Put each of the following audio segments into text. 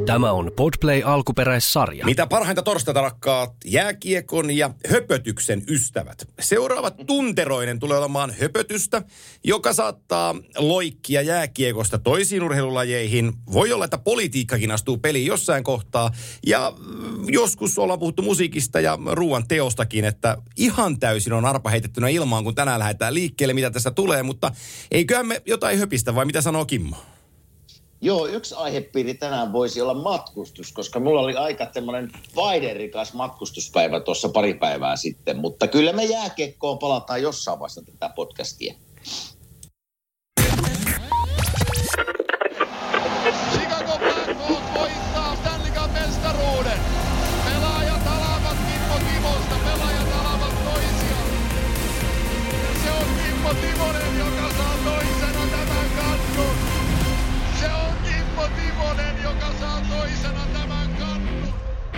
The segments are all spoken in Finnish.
Tämä on Podplay alkuperäissarja. Mitä parhainta torstaita, rakkaat jääkiekon ja höpötyksen ystävät. Seuraavat tunteroinen tulee olemaan höpötystä, joka saattaa loikkia jääkiekosta toisiin urheilulajeihin. Voi olla, että politiikkakin astuu peliin jossain kohtaa. Ja joskus ollaan puhuttu musiikista ja ruoan teostakin, että ihan täysin on arpa heitettynä ilmaan, kun tänään lähdetään liikkeelle, mitä tässä tulee. Mutta eiköhän me jotain höpistä, vai mitä sanoo Kimmo? Joo, yksi aihepiiri tänään voisi olla matkustus, koska mulla oli aika semmoinen vaiderikas matkustuspäivä tuossa pari päivää sitten, mutta kyllä me jääkiekkoon palataan jossain vaiheessa tätä podcastia. Chicago Blackhawks voittaa Stanley Cup -mestaruuden. Pelaajat alavat Kimmo Timosta, pelaajat alavat toisiaan. Se on Kimmo Timonen, joka saa toisena tämän kannun. Se on Kimmo Timonen, joka saa toisena tämän kannun.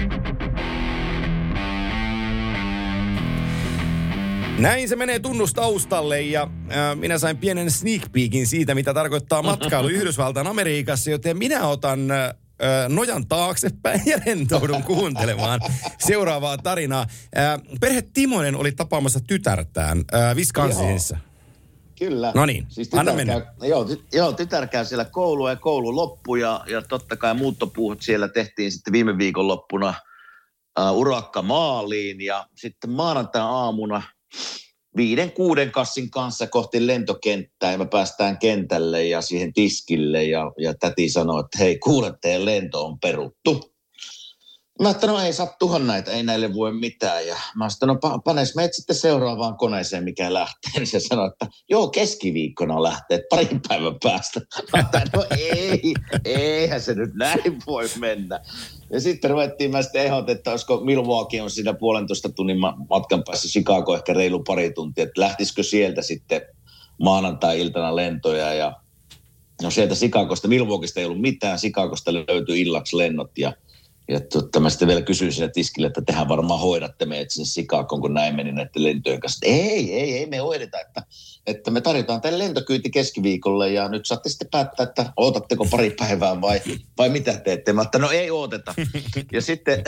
Näin se menee tunnustaustalle ja minä sain pienen sneak peekin siitä, mitä tarkoittaa matkailu Yhdysvaltain Amerikassa, joten minä otan nojan taaksepäin ja rentoudun kuuntelemaan seuraavaa tarinaa. Perhe Timonen oli tapaamassa tytärtään Wisconsinissa. Kyllä. No niin, siis anna mennä. Tytär käy siellä koulua ja koulu loppui ja totta kai muuttopuuhut siellä tehtiin sitten viime viikonloppuna urakka maaliin ja sitten maanantai-aamuna 5-6 kassin kanssa kohti lentokenttää ja me päästään kentälle ja siihen tiskille ja täti sanoi, että hei kuule, teidän lento on peruttu. Mä ajattelin, no ei sattuhan näitä, ei näille voi mitään. Ja mä ajattelin, no panes meidät sitten seuraavaan koneeseen, mikä lähtee. Niin se sanoi, että joo, keskiviikkona lähtee, parin päivän päästä. Mä ajattelin, no eihän se nyt näin voi mennä. Ja sitten mä sitten ehdotin, että olisiko Milwaukee on siinä 1,5 tunnin matkan päässä Chicago ehkä reilu pari tuntia. Että lähtisikö sieltä sitten maanantai-iltana lentoja ja no sieltä Chicagosta, Milwaukeesta ei ollut mitään. Chicagosta löytyi illaksi lennot ja mä sitten vielä kysyin siinä tiskille, että tehän varmaan hoidatte meidät sinne Chicagoon, kun näin meni näiden lentojen kanssa. Ei me hoideta, että me tarjotaan teille lentokyyti keskiviikolle ja nyt saatte sitten päättää, että ootatteko pari päivää vai mitä teette. Mä että no ei ooteta. Ja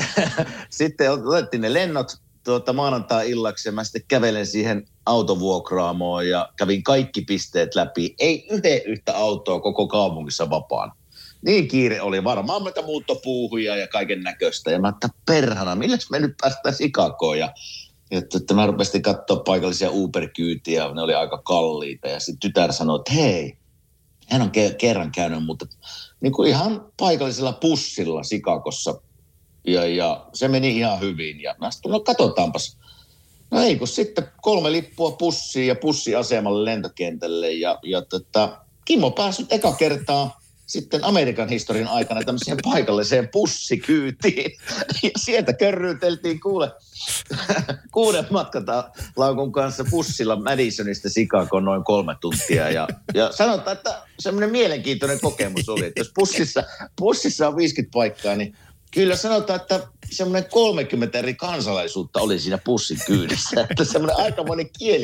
sitten otettiin ne lennot maanantai-illaksi ja mä sitten kävelen siihen autovuokraamoon ja kävin kaikki pisteet läpi. Ei yhtä autoa koko kaupungissa vapaana. Niin kiire oli varmaan meitä muuttopuuhuja ja kaiken näköistä. Ja mä että perhana, milläs me nyt päästään Chicagoon? Ja että mä rupesin katsoa paikallisia Uber-kyytiä, ne oli aika kalliita. Ja sitten tytär sanoi, että hei, hän on kerran käynyt, mutta niin kuin ihan paikallisella bussilla Chicagossa. Ja se meni ihan hyvin. Ja mä sanoin, no katsotaanpas. No ei, kun sitten 3 lippua bussiin ja bussiasemalle lentokentälle. Ja Kimmo pääsi nyt eka kertaa sitten Amerikan historian aikana tämmöiseen paikalliseen bussikyytiin. Ja sieltä körryyteltiin 6 matkalaukun kanssa bussilla Madisonista Chicagoon noin 3 tuntia. Ja sanotaan, että semmoinen mielenkiintoinen kokemus oli, että jos bussissa on 50 paikkaa, niin kyllä sanotaan, että semmoinen 30 eri kansalaisuutta oli siinä bussin kyydissä. Että semmoinen aikamoinen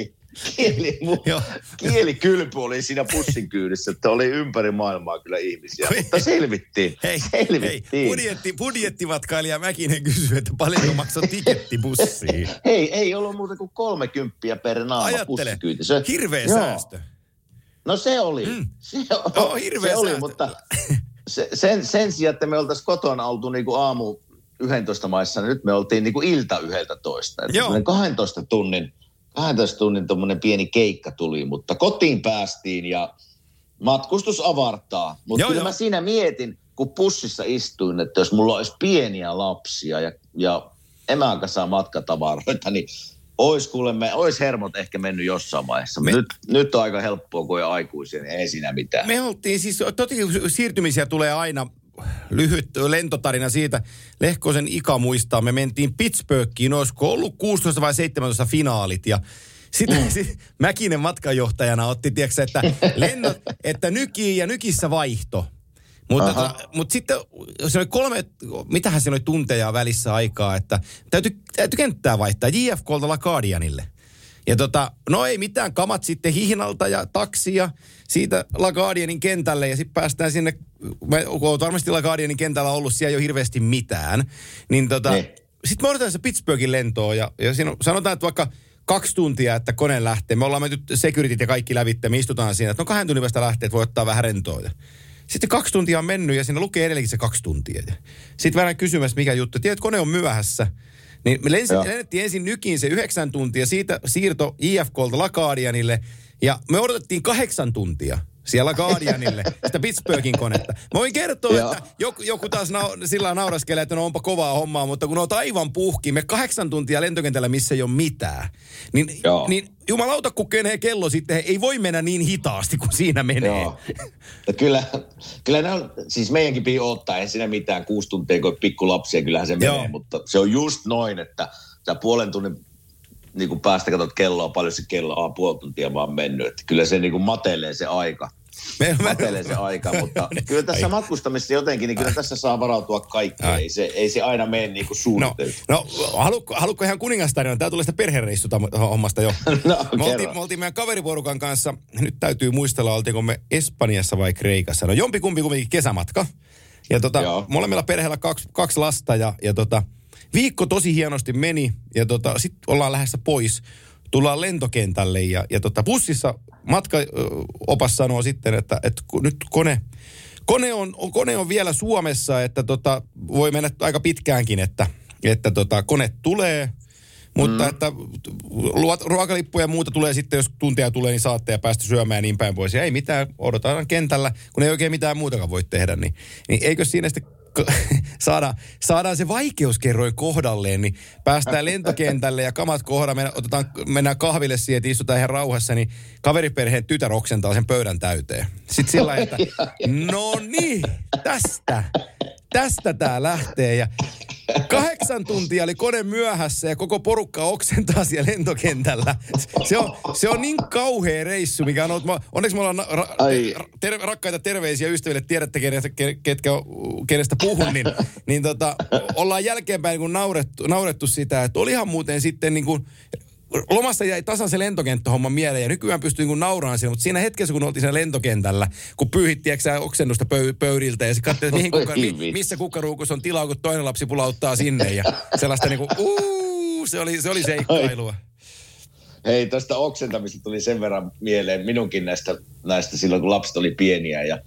kielikylpy oli siinä bussin kyydissä, että oli ympäri maailmaa kyllä ihmisiä, mutta selvittiin. Budjettimatkailija Mäkinen kysyy, että paljonko maksoi tiketti bussiin? Ei ollut muuta kuin 30 per naama bussikyyti. Hirveä säästö. No se oli. Hirveä oli, säästö. mutta sen sijaan, että me oltaisiin kotona oltu niin kuin aamu 11 maissa, niin nyt me oltiin niin kuin ilta 11. 12 tunnin tommoinen pieni keikka tuli, mutta kotiin päästiin ja matkustus avartaa. Mutta kyllä mä siinä mietin, kun bussissa istuin, että jos mulla olisi pieniä lapsia ja emän kanssa matkatavaroita, niin olisi hermot ehkä mennyt jossain vaiheessa. Nyt on aika helppoa, kun on aikuisia, niin ei siinä mitään. Me oltiin siis, siirtymisiä tulee aina. Lyhyt lentotarina siitä. Lehkosen Ika muistaa. Me mentiin Pittsburghiin, olisiko ollut 16 vai 17 finaalit. Ja sitten Mäkinen matkanjohtajana otti, tiedätkö, että lennot, että nykiin ja nykissä vaihto. Mutta sitten se oli mitähän se oli tunteja välissä aikaa, että täytyy kenttää vaihtaa JFK:lta LaGuardianille. Ja no ei mitään, kamat sitten hihnalta ja taksia siitä LaGuardianin kentälle ja sitten päästään sinne, kun olet varmasti LaGuardianin kentällä ollut, siellä ei ole hirveästi mitään, niin sitten me odotetaan se Pittsburghin lentoon ja siinä sanotaan, että vaikka 2 tuntia, että kone lähtee. Me ollaan menty securityt ja kaikki lävitte, me istutaan siinä, että 2 tunnin päästä lähtee, että voi ottaa vähän rentoa. Sitten 2 tuntia on mennyt ja siinä lukee edelleenkin se 2 tuntia. Sitten vähän kysymässä, mikä juttu. Tiedät, kone on myöhässä. Niin me lennettiin ensin Nykiin se 9 tuntia, siitä siirto IFK:lta LaGuardianille ja me odotettiin 8 tuntia siellä Guardianille, sitä Pittsburghin konetta. Mä voin kertoa, että joku taas sillä nauraskelee, että no onpa kovaa hommaa, mutta kun oot aivan puhki, me 8 tuntia lentokentällä, missä ei ole mitään, niin jumalauta, kun kenee kello sitten, ei voi mennä niin hitaasti kuin siinä menee. Joo. Kyllä ne on, siis meidänkin piti odottaa, ei siinä mitään 6 tuntia, kun pikkulapsia, kyllähän se menee, mutta se on just noin, että sä puolen tunnin niin kuin päästä katsot kelloa, paljon se kello on, puoli tuntia vaan mennyt. Että kyllä se niin kuin matelee se aika. Mutta kyllä tässä matkustamisessa jotenkin, niin kyllä tässä saa varautua kaikkeen. Ei se aina mene niin kuin suunniteltu. No haluatko ihan kuningastarinan? Tää tulee sitä perhereissuhommasta jo. Me oltiin meidän kaveriporukan kanssa, nyt täytyy muistella, oltiinko me Espanjassa vai Kreikassa. No jompikumpi kumminkin kesämatka. Ja molemmilla perheellä 2 lasta ja viikko tosi hienosti meni ja sitten ollaan lähdössä pois. Tullaan lentokentälle ja bussissa matkaopas sanoo sitten, että nyt kone on vielä Suomessa, että voi mennä aika pitkäänkin, että kone tulee, mutta että ruokalippuja ja muuta tulee sitten, jos tuntia tulee, niin saatte ja päästä syömään ja niin päin pois. Ja ei mitään, odotetaan kentällä, kun ei oikein mitään muutakaan voi tehdä, niin eikö siinä sitten saadaan se vaikeuskerroin kohdalleen, niin päästään lentokentälle ja kamat kohdalla, mennään kahville siihen, että istutaan ihan rauhassa, niin kaveriperheen tytär oksentaa sen pöydän täyteen. Sitten sillä lailla, että no niin, tästä tää lähtee ja 8 tuntia oli kone myöhässä ja koko porukka oksentaa siellä lentokentällä. Se on niin kauhea reissu, mikä on ollut. Onneksi me ollaan rakkaita terveisiä ystäville, tiedätte kenestä puhun, niin ollaan jälkeenpäin niin naurettu sitä, että olihan muuten sitten niin kuin lomassa jäi tasan se lentokenttähomma mieleen ja nykyään pystyy niin nauraan siinä, mutta siinä hetkessä, kun oltiin siinä lentokentällä, kun pyyhittiin oksennusta pöydiltä ja se katsoi, että missä kukkaruukussa on tilaa, kun toinen lapsi pulauttaa sinne ja sellaista niin kuin, se oli seikkailua. Hei, tästä oksentamista tuli sen verran mieleen minunkin näistä silloin, kun lapset oli pieniä ja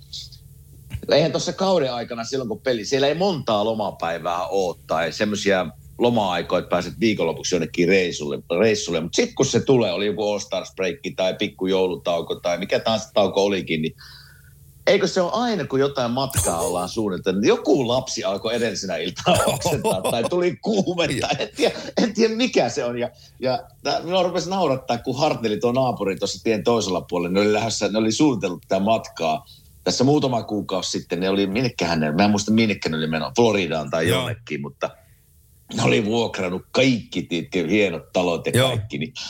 eihän tuossa kauden aikana silloin, kun siellä ei montaa lomapäivää ole tai semmoisia loma-aikoja, että pääset viikonlopuksi jonnekin reissulle. Mutta sitten kun se tulee, oli joku All Stars break tai pikku joulutauko tai mikä taas tauko olikin, niin eikö se ole aina, kun jotain matkaa ollaan suunniteltu, niin joku lapsi alkoi edellisenä iltana oksentaa tai tuli kuumetta. En tiedä mikä se on. Ja minua rupesi naurattaa, kun Hartneli tuo naapuri tuossa tien toisella puolella, ne oli suunnitellut tätä matkaa. Tässä muutama kuukausi sitten, ne oli mä en muista minnekä ne oli menoa, Floridaan tai jonnekin, mutta ne oli vuokrannut kaikki hienot talot ja kaikki, niin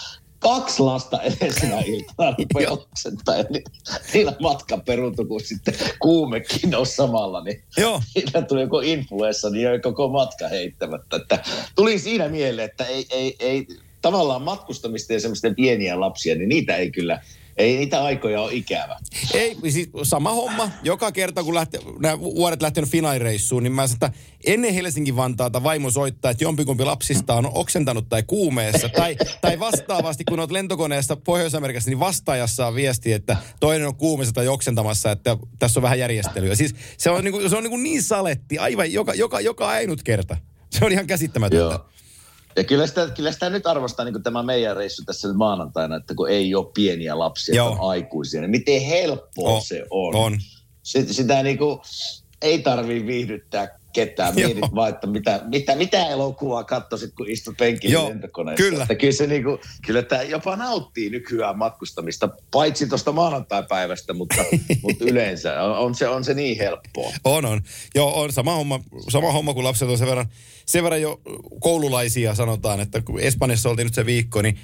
2 lasta edellisenä iltana rupea oksentaa ja niillä matka peruuntui, kun sitten kuumekin on samalla, niin niillä tuli joku influenssa, niin ei koko matka heittämättä. Että tuli siinä mieleen, että ei tavallaan matkustamista ja semmoisten pieniä lapsia, niin niitä ei kyllä, ei niitä aikoja ole ikävä. Ei, siis sama homma. Joka kerta, kun nämä vuodet lähtenyt finaalireissuun, niin mä sanon, että ennen Helsinki-Vantaata vaimo soittaa, että jompikumpi lapsista on oksentanut tai kuumeessa. Tai vastaavasti, kun olet lentokoneessa Pohjois-Amerikassa, niin vastaajassa on viesti, että toinen on kuumeessa tai oksentamassa, että tässä on vähän järjestelyä. Siis se on niin saletti, aivan joka ainut kerta. Se on ihan käsittämätöntä. Joo. Ja kyllä sitä nyt arvostaa niin kuin tämä meidän reissu tässä nyt maanantaina, että kun ei ole pieniä lapsia, on aikuisia, niin miten helppoa se on. Sitä niin kuin ei tarvitse viihdyttää ketään. Mietit vaan, että mitä elokuvaa katsoisit, kun istut penkillä lentokoneessa. Kyllä. Että kyllä se niin kuin, kyllä tämä jopa nauttii nykyään matkustamista, paitsi tuosta maanantaipäivästä, mutta yleensä on se niin helppoa. On. Joo, on sama homma, kun lapset on sen verran jo koululaisia, sanotaan, että kun Espanjassa oltiin nyt se viikko, niin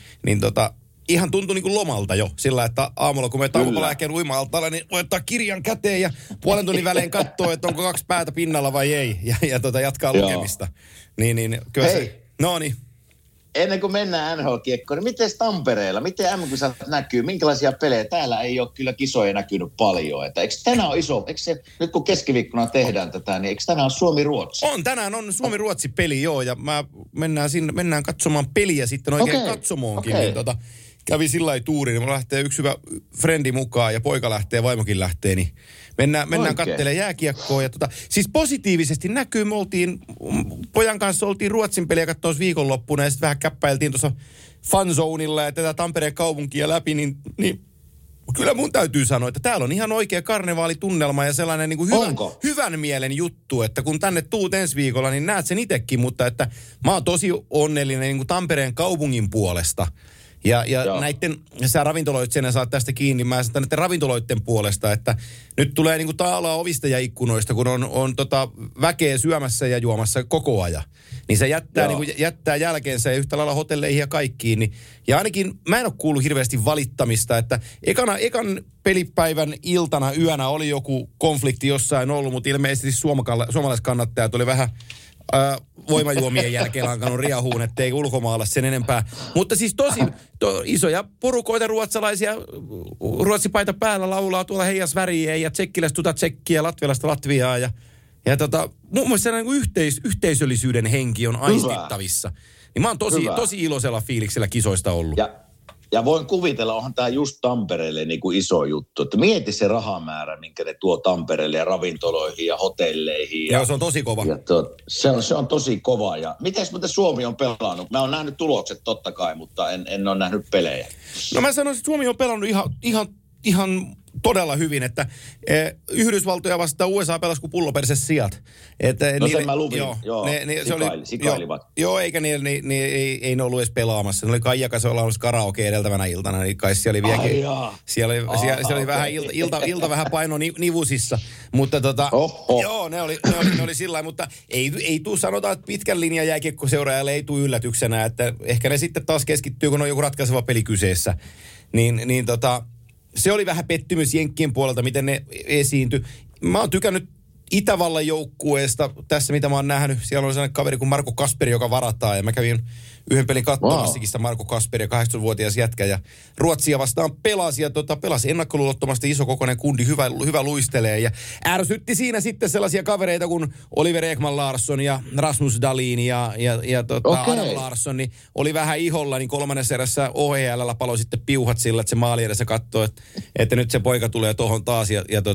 ihan tuntui niin kuin lomalta jo. Sillä, että aamulla kun me taukopalääkkeen uima-altaalla, niin voi ottaa kirjan käteen ja puolen tunnin välein katsoo, että onko 2 päätä pinnalla vai ei. Ja jatkaa lukemista. Niin kyllä se. No niin. ennen kuin mennään NHL-kiekkoon, niin miten Tampereella, miten MM-kisat näkyy, minkälaisia pelejä? Täällä ei ole kyllä kisoja näkynyt paljon. Että eikö tänään ole iso, eikö se, nyt kun keskiviikkona tehdään tätä, niin eikö tänään ole Suomi-Ruotsi? Tänään on Suomi-Ruotsi-peli, joo, ja mennään katsomaan peliä sitten oikein katsomoonkin. Niin, kävi sillä lailla tuuri, niin mulla lähtee yksi hyvä frendi mukaan ja poika lähtee, vaimokin lähtee, niin mennään katselemaan jääkiekkoa. Ja siis positiivisesti näkyy, me pojan kanssa oltiin Ruotsin peliä katsoa viikonloppuna ja sitten vähän käppäiltiin tuossa fanzoneilla ja tätä Tampereen kaupunkia läpi, niin kyllä mun täytyy sanoa, että täällä on ihan oikea karnevaalitunnelma ja sellainen niin kuin hyvän mielen juttu, että kun tänne tuut ensi viikolla, niin näet sen itsekin, mutta että mä oon tosi onnellinen niin kuin Tampereen kaupungin puolesta. Ja näiden, sä ravintoloitsijana saat tästä kiinni, mä sanon näiden ravintoloiden puolesta, että nyt tulee niinku taalaa ovista ja ikkunoista, kun on väkeä syömässä ja juomassa koko ajan. Niin se jättää jälkeensä ja yhtä lailla hotelleihin ja kaikkiin. Niin, ja ainakin mä en ole kuullut hirveästi valittamista, että ekan pelipäivän iltana yönä oli joku konflikti jossain ollut, mutta ilmeisesti suomalaiskannattajat oli vähän voimajuomien jälkeen alkanut riahuun, ettei ulkomailla sen enempää. Mutta siis tosi isoja porukoita ruotsalaisia, ruotsipaita päällä laulaa tuolla heijas väriä ja tsekkiläistä tsekkiä, latvialaista Latviaa ja mun mielestä sellainen yhteisöllisyyden henki on aistittavissa. Niin mä oon tosi iloisella fiiliksellä kisoista ollut. Ja voin kuvitella, onhan tämä just Tampereelle niin kuin iso juttu. Että mieti se rahamäärä, minkä ne tuo Tampereelle ja ravintoloihin ja hotelleihin. Joo, se on tosi kova. Se on tosi kova. Ja miten Suomi on pelannut? Mä oon nähnyt tulokset totta kai, mutta en ole nähnyt pelejä. No mä sanoisin, että Suomi on pelannut ihan todella hyvin, että Yhdysvaltoja vastaan USA pelasi kuin pulloperse sijat. Sen mä luvin, sikailivat. Joo, eikä ei ne ollut edes pelaamassa. Ne oli Kaijakas laulassa karaoke edeltävänä iltana, niin kai siellä oli vieläkin. Siellä oli vähän ilta vähän paino nivusissa. Mutta joo, ne oli sillä lailla, mutta ei tuu sanotaan, että pitkän linjan jääkiekkoseuraajalle ei tuu yllätyksenä, että ehkä ne sitten taas keskittyy, kun on joku ratkaiseva peli kyseessä. Se oli vähän pettymys Jenkkien puolelta, miten ne esiintyi. Mä oon tykännyt Itävallan joukkueesta tässä, mitä mä oon nähnyt. Siellä on sellainen kaveri kuin Marko Kasperi, joka varataan. Ja mä kävin yhden pelin katsomassakin sitä Marko Kasperi, 18-vuotias jätkä. Ja Ruotsia vastaan pelasi ja pelasi ennakkoluulottomasti isokokoinen kundi, hyvä luistelee. Ja ärsytti siinä sitten sellaisia kavereita kuin Oliver Ekman Larsson ja Rasmus Dahlin ja Adam Larsson. Niin oli vähän iholla, niin kolmannessa erässä OHL:llä paloi sitten piuhat sillä, että se maali edessä katsoi, että nyt se poika tulee tuohon taas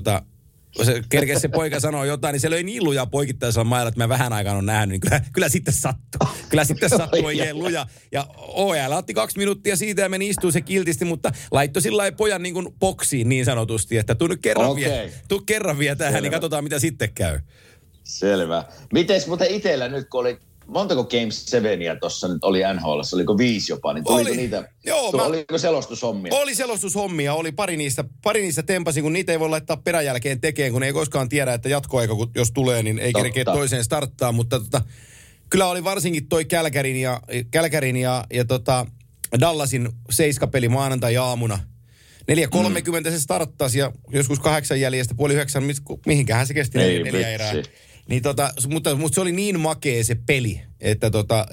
se kerkesi se poika sanoo jotain, niin se löi niin lujaa poikittaisella mailla, että mä vähän aikaan on nähnyt, niin kyllä sitten sattuu. Kyllä sitten sattuu oikein luja. Ja OL otti 2 minuuttia siitä ja meni istuu se kiltisti, mutta laittoi sillä lailla pojan niin kuin boksiin niin sanotusti, että tuu kerran vielä tähän, selvä. Niin katsotaan mitä sitten käy. Selvä. Mites muuten itsellä nyt, kun oli montako Game 7 tuossa nyt oli NHL:ssä, oliko 5 jopa, niin tuliko niitä, oliko selostushommia? Oli selostushommia, oli pari niistä tempasin, kun niitä ei voi laittaa peräjälkeen tekeen, kun ei koskaan tiedä, että jatkoaika, jos tulee, niin ei kerkeä toiseen starttaa, mutta kyllä oli varsinkin toi Kälkärin ja Dallasin seiskapeli maanantai-aamuna. 4.30 se starttasi ja joskus 8 jäljestä, 8:30, mihinkähän se kesti 4 erää. Niin mutta se oli niin makea se peli, että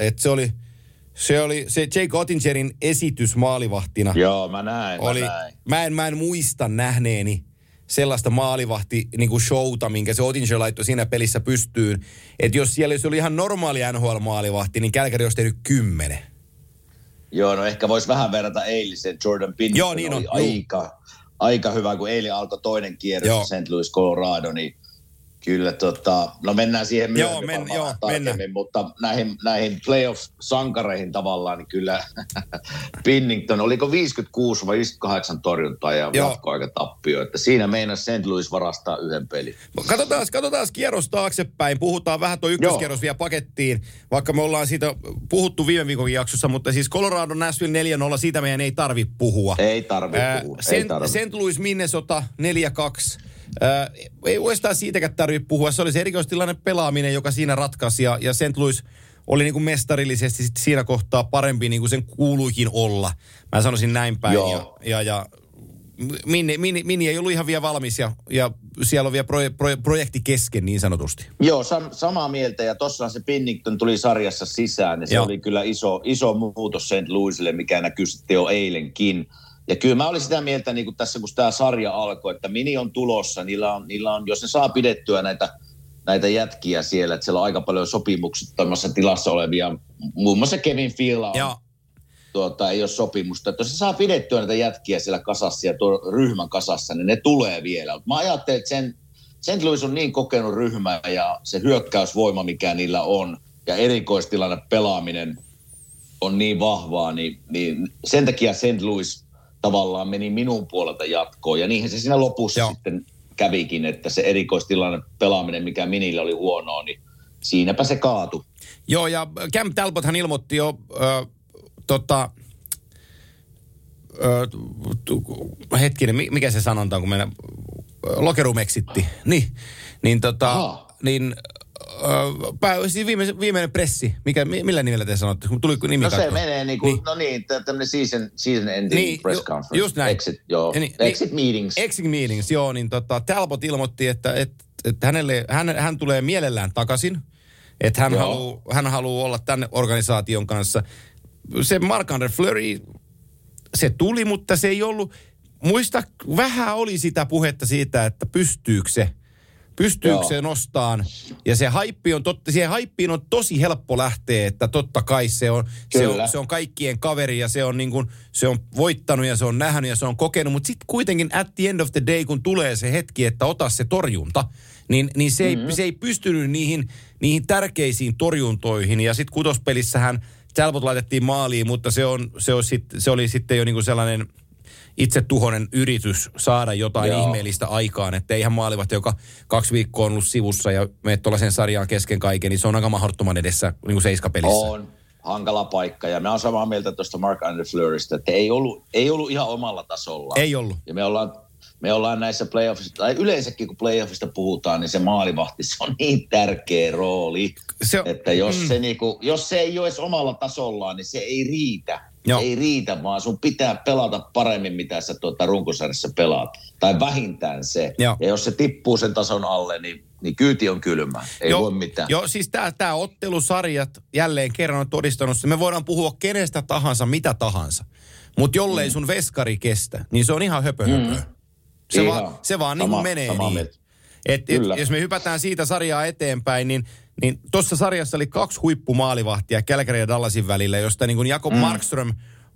se oli Jake Ottingerin esitys maalivahtina. Joo, mä näin. Mä en muista nähneeni sellaista maalivahti niin kuin showta, minkä se Ottinger laittoi siinä pelissä pystyyn. Että jos siellä olisi ollut ihan normaali NHL-maalivahti, niin Kälkäri olisi tehnyt 10. Joo, no ehkä voisi vähän verrata eiliseen. Jordan Binnington. Joo, niin on. Aika hyvä, kun eilen alkoi toinen kierros St. Louis, Colorado, niin kyllä no mennään siihen myöhemmin tarkemmin, mutta näihin playoff-sankareihin tavallaan, niin kyllä Binnington, oliko 56 vai 58 torjuntaa ja jatkoaika tappio, että siinä meinasi St. Louis varastaa yhden pelin. Katsotaan kierros taaksepäin, puhutaan vähän tuo ykköskierros vielä pakettiin, vaikka me ollaan siitä puhuttu viime viikon jaksossa, mutta siis Colorado Nashville 4-0, siitä meidän ei tarvitse puhua. Ei tarvitse puhua. St. Louis Minnesota 4-2. Ei oikeastaan siitäkään tarvitse puhua. Se oli se erikoistilanne pelaaminen, joka siinä ratkaisi. Ja St. Louis oli niin kuin mestarillisesti sit siinä kohtaa parempi, niin kuin sen kuuluikin olla. Mä sanoisin näin päin. Ja Mini ei ollut ihan vielä valmis ja siellä on vielä projekti kesken niin sanotusti. Joo, samaa mieltä ja tossahan se Binnington tuli sarjassa sisään ja se oli kyllä iso muutos St. Louisille, mikä näkyy sitten jo eilenkin. Ja kyllä mä olin sitä mieltä niin kuin tässä, kun tämä sarja alkoi, että Mini on tulossa, niillä on, jos ne saa pidettyä näitä jätkiä siellä, että siellä on aika paljon sopimuksettomassa tilassa olevia, muun muassa Kevin Fiala ei ole sopimusta. Että jos se saa pidettyä näitä jätkiä siellä kasassa ja tuo ryhmän kasassa, niin ne tulee vielä. Mä ajattelen, että St. Louis on niin kokenut ryhmä ja se hyökkäysvoima, mikä niillä on, ja erikoistilanne pelaaminen on niin vahvaa, niin sen takia St. Louis tavallaan meni minun puolelta jatkoon. Ja niinhän se siinä lopussa sitten kävikin, että se erikoistilanne pelaaminen, mikä Minillä oli huonoa, niin siinäpä se kaatui. Joo, ja Cam Talbothan ilmoitti jo hetkinen, mikä se sanonta on, kun meidän locker room exitti. Siis viimeinen pressi. Millä nimellä te sanotte? Tuli nimi no se menee niin. Tämmöinen season ending press conference. Just näin. Exit meetings. Exit meetings, joo. Niin Talbot ilmoitti, että hän tulee mielellään takaisin. Että hän haluaa olla tämän organisaation kanssa. Se Marc-Andre Fleury, se tuli, mutta se ei ollut. Muista, vähän oli sitä puhetta siitä, että pystyykö se nostaan. Ja se siihen haippiin on tosi helppo lähteä, että totta kai se on kaikkien kaveri ja se on niin kuin, se on voittanut ja se on nähnyt ja se on kokenut. Mutta sitten kuitenkin at the end of the day, kun tulee se hetki, että ota se torjunta, niin se ei pystynyt niihin tärkeisiin torjuntoihin. Ja sitten kutospelissähän Talbot laitettiin maaliin, mutta se oli sitten jo niin kuin sellainen itsetuhoinen yritys saada jotain ihmeellistä aikaan, että eihän maalivahti, joka 2 viikkoa on ollut sivussa ja menet tuollaisen sarjaan kesken kaiken, niin se on aika mahdottoman edessä niin kuin seiskapelissä. On hankala paikka ja mä oon samaa mieltä tuosta Marc-Andre Fleurystä, että ei ollut ihan omalla tasolla. Ei ollut. Ja me ollaan näissä playoffissa, tai yleensäkin kun playoffista puhutaan, niin se maalivahti, se on niin tärkeä rooli, että jos se ei ole edes omalla tasollaan, niin se ei riitä. Joo. Ei riitä, vaan sun pitää pelata paremmin, mitä sä runkosarjassa pelaat. Tai vähintään se. Joo. Ja jos se tippuu sen tason alle, niin kyyti on kylmä. Ei voi mitään. Joo, siis tää ottelusarjat jälleen kerran on todistanut. Me voidaan puhua kenestä tahansa, mitä tahansa. Mutta jollei sun veskari kestä, niin se on ihan höpö. Se vaan niin kuin menee niin. Jos me hypätään siitä sarjaa eteenpäin, niin tuossa sarjassa oli 2 huippumaalivahtia Calgary ja Dallasin välillä, josta niin kuin Jakob Markström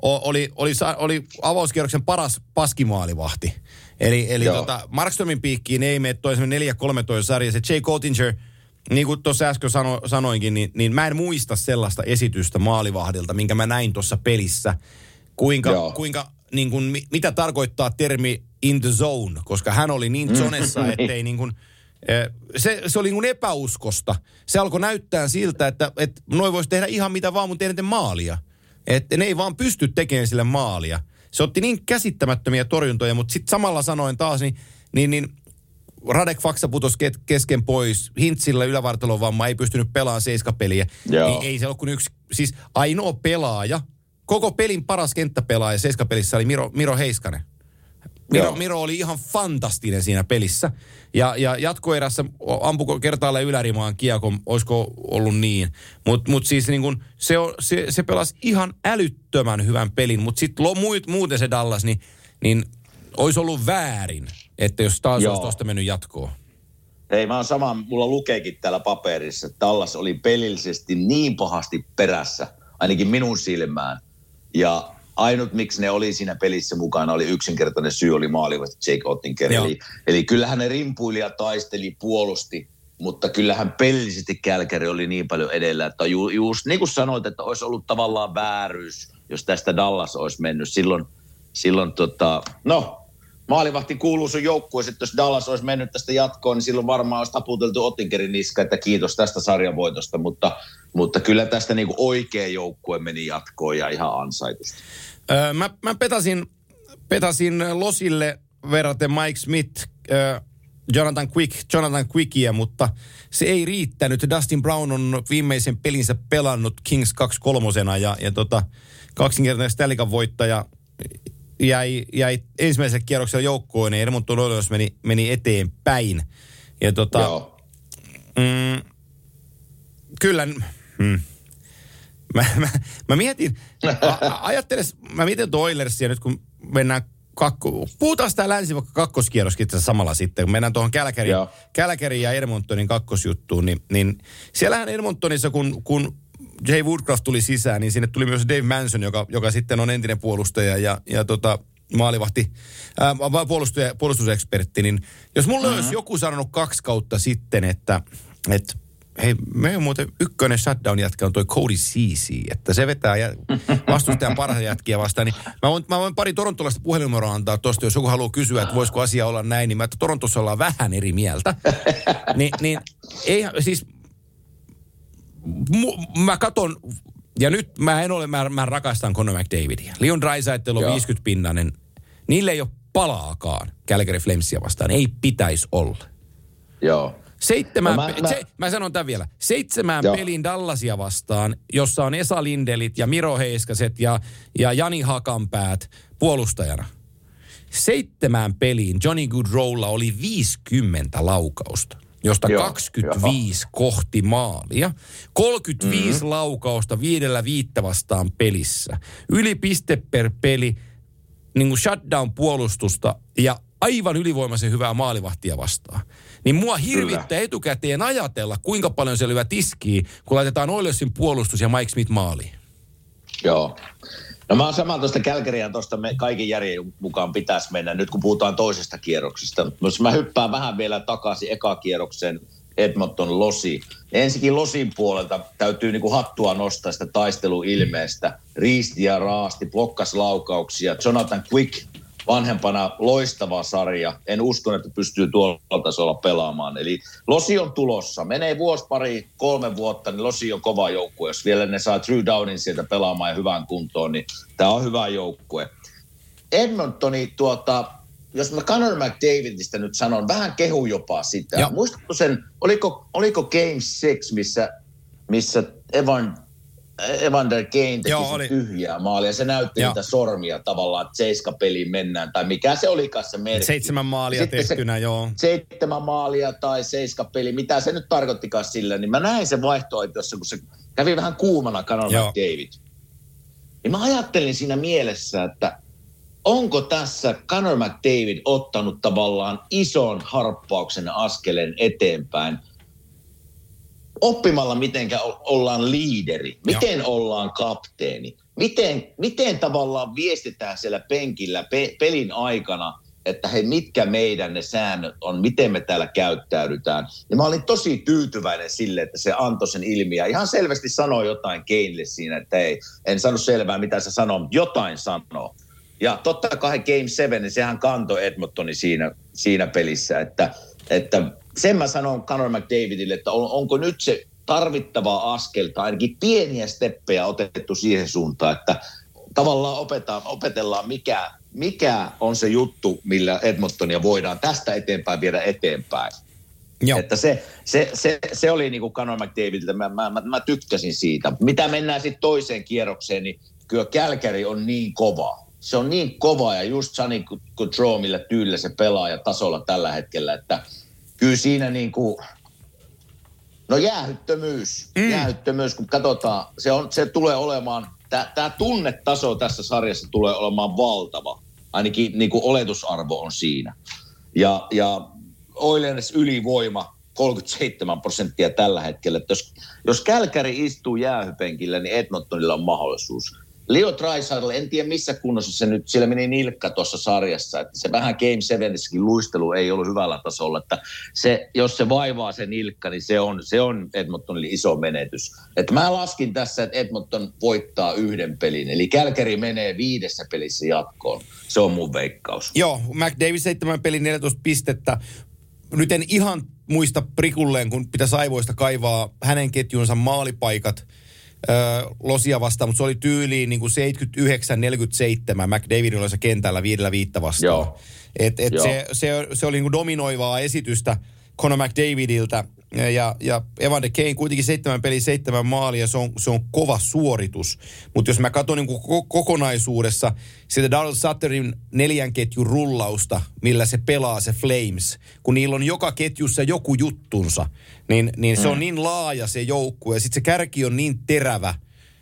oli avauskierroksen paras paskimaalivahti. Eli Markströmin piikkiin ei mene toi 4-13 sarja. Se Jay Cottinger, niin kuin tuossa äsken sanoinkin, niin mä en muista sellaista esitystä maalivahdilta, minkä mä näin tuossa pelissä. Kuinka niin kuin, mitä tarkoittaa termi in the zone, koska hän oli niin zonessa, ettei niin kuin, se oli niin kuin epäuskosta. Se alkoi näyttää siltä, että noi voisi tehdä ihan mitä vaan, mutta tehdä maalia. Että ne ei vaan pysty tekemään sille maalia. Se otti niin käsittämättömiä torjuntoja, mutta sitten samalla sanoen taas, niin Radek Faksa putosi kesken pois. Hintzillä ylävartalon vamma, ei pystynyt pelaamaan seiskapeliä. Niin ei se ole kuin yksi, siis ainoa pelaaja, koko pelin paras kenttäpelaaja seiskapelissä oli Miro Heiskanen. Miro oli ihan fantastinen siinä pelissä. Ja jatkoerässä ampuko kertaalleen ylärimaan kiekon, olisiko ollut niin. Mutta siis niin kun se pelasi ihan älyttömän hyvän pelin. Mutta sitten muuten se Dallas, niin olisi ollut väärin, että jos taas olisi tuosta mennyt jatkoon. Ei, mä oon sama, mulla lukeekin täällä paperissa, että Dallas oli pelillisesti niin pahasti perässä, ainakin minun silmään. Ja ainut, miksi ne oli siinä pelissä mukana, oli yksinkertainen syy, oli maalivahti Jake Oettinger. Eli kyllähän ne rimpuili ja taisteli, puolusti, mutta kyllähän pelillisesti Calgary oli niin paljon edellä, että just niin kuin sanoit, että olisi ollut tavallaan vääryys, jos tästä Dallas olisi mennyt. Silloin maalivahti kuuluu sun joukkueeseen, että jos Dallas olisi mennyt tästä jatkoon, niin silloin varmaan olisi taputeltu Oettingerin niska, että kiitos tästä sarjavoitosta, mutta kyllä tästä niin kuin oikea joukkue meni jatkoon ja ihan ansaitusti. Mä petasin Losille verraten Mike Smith, Jonathan Quickia, mutta se ei riittänyt. Dustin Brown on viimeisen pelinsä pelannut Kings 2-3 ja kaksinkertainen Stanley Cup voittaja. jäi ensimmäiselle kierrokselle joukkoon, niin Edmonton Oilers meni eteenpäin. Ja kyllä, mä mietin, mä mietin Oilersia nyt, kun mennään puhutaan sitä kakkoskerroskin samalla sitten, kun mennään tuohon Calgaryin ja Edmontonin kakkosjuttuun, niin siellähän Edmontonissa, kun Jay Woodcroft tuli sisään, niin sinne tuli myös Dave Manson, joka sitten on entinen puolustaja ja maalivahti, puolustusekspertti, niin jos mulle olisi joku sanonut 2 kautta sitten, että hei, meidän muuten ykkönen shutdown-jätkä on toi Cody Ceci, että se vetää vastustajan parhaita jätkiä vastaan. Niin mä voin pari torontolaista puhelinnumeroa antaa tuosta, jos joku haluaa kysyä, että voisiko asia olla näin, niin että Torontossa ollaan vähän eri mieltä. niin ei siis, mä katon, ja nyt mä rakastan Connor McDavidia. Leon Draisaitl on 50-pinnainen, niille ei ole palaakaan Calgary Flamesia vastaan, ei pitäisi olla. Joo. Mä sanon tämän vielä. 7 pelin Dallasia vastaan, jossa on Esa Lindelit ja Miro Heiskaset ja Jani Hakanpäät puolustajana. 7 peliin Johnny Gaudreaulla oli 50 laukausta, josta 25 kohti maalia. 35 laukausta 5 vastaan pelissä. Yli piste per peli, niin kuin shutdown-puolustusta ja aivan ylivoimaisen hyvää maalivahtia vastaan. Niin mua hirvittää etukäteen ajatella, kuinka paljon se lyö tiskiä, kun laitetaan Oilersin puolustus ja Mike Smith maaliin. Joo. No mä oon samaa tuosta Calgarya, tuosta kaiken järjen mukaan pitäisi mennä, nyt kun puhutaan toisesta kierroksesta. Jos mä hyppään vähän vielä takaisin ekakierroksen Edmonton Losi. Ensinnäkin Losin puolelta täytyy niinku hattua nostaa sitä taisteluilmeestä. Riisti ja raasti, blokkas laukauksia. Jonathan Quick, vanhempana loistava sarja. En usko, että pystyy tuolla tasolla pelaamaan. Eli Losi on tulossa. Menee vuosi, pari, 3 vuotta, niin Losi on kova joukkue. Jos vielä ne saa Drew Downin sieltä pelaamaan ja hyvään kuntoon, niin tämä on hyvä joukkue. Edmontoni, jos mä Connor McDavidistä nyt sanon, vähän kehu jopa sitä. Joo. Muistatko sen, oliko Game 6, missä Evander Kane teki tyhjää maalia. Se näytti niitä sormia tavallaan, että 7 peliin mennään. Tai mikä se olikaan se merkki. 7 maalia tehtynä, 7 maalia tai 7 peliä. Mitä se nyt tarkoittikaan sillä. Niin mä näin sen vaihtoehtoissa, kun se kävi vähän kuumana Connor McDavid. Niin mä ajattelin siinä mielessä, että onko tässä Connor McDavid ottanut tavallaan ison harppauksen askeleen eteenpäin oppimalla, miten ollaan liideri, miten ollaan kapteeni, miten tavallaan viestitään siellä penkillä pelin aikana, että hei, mitkä meidän ne säännöt on, miten me täällä käyttäydytään. Ja mä olin tosi tyytyväinen sille, että se antoi sen ilmi ja ihan selvästi sanoi jotain Kanelle siinä, että hei, en sano selvää mitä se sanoo, mutta jotain sanoo. Ja totta kai Game 7, niin sehän kantoi Edmontoni siinä pelissä, että sen mä sanon Connor McDavidille, että onko nyt se tarvittava askel tai ainakin pieniä steppejä otettu siihen suuntaan, että tavallaan opetellaan mikä on se juttu, millä Edmontonia voidaan tästä eteenpäin viedä eteenpäin. Joo. Että se oli niin kuin Connor McDavidiltä, mä tykkäsin siitä. Mitä mennään sitten toiseen kierrokseen, niin kyllä Calgary on niin kova. Se on niin kova ja just Johnny Gaudreau, millä tyylillä se pelaa ja tasolla tällä hetkellä, että kyllä siinä niin kuin, no jäähyttömyys, kun katsotaan, se tulee olemaan, tämä tunnetaso tässä sarjassa tulee olemaan valtava, ainakin niin kuin oletusarvo on siinä. Ja Oilers ylivoima 37% tällä hetkellä, että jos Calgary istuu jäähypenkillä, niin Edmontonilla on mahdollisuus. Leo Draisaitl, en tiedä missä kunnossa se nyt, sillä meni nilkka tuossa sarjassa, että se vähän Game 7:ssäkin luistelu ei ollut hyvällä tasolla, että jos se vaivaa se nilkka, niin se on Edmontonille iso menetys. Että mä laskin tässä, että Edmonton voittaa 1 pelin, eli Calgary menee 5 pelissä jatkoon. Se on mun veikkaus. Joo, McDavid 7 pelin 14 pistettä. Nyt en ihan muista prikulleen, kun pitäisi aivoista kaivaa hänen ketjunsa maalipaikat Losia vastaan, mutta se oli tyyliin niin kuin 79-47 McDavidilla se kentällä 5 vastaan. Se oli niin kuin dominoivaa esitystä Connor McDavidiltä. ja Evan de Kane kuitenkin 7 peliä, 7 maalia, se on kova suoritus. Mutta jos mä katson niin kokonaisuudessa sitä Daryl Sutterin 4 ketjun rullausta, millä se pelaa se Flames, kun niillä on joka ketjussa joku juttunsa, niin se on niin laaja se joukkue ja sitten se kärki on niin terävä,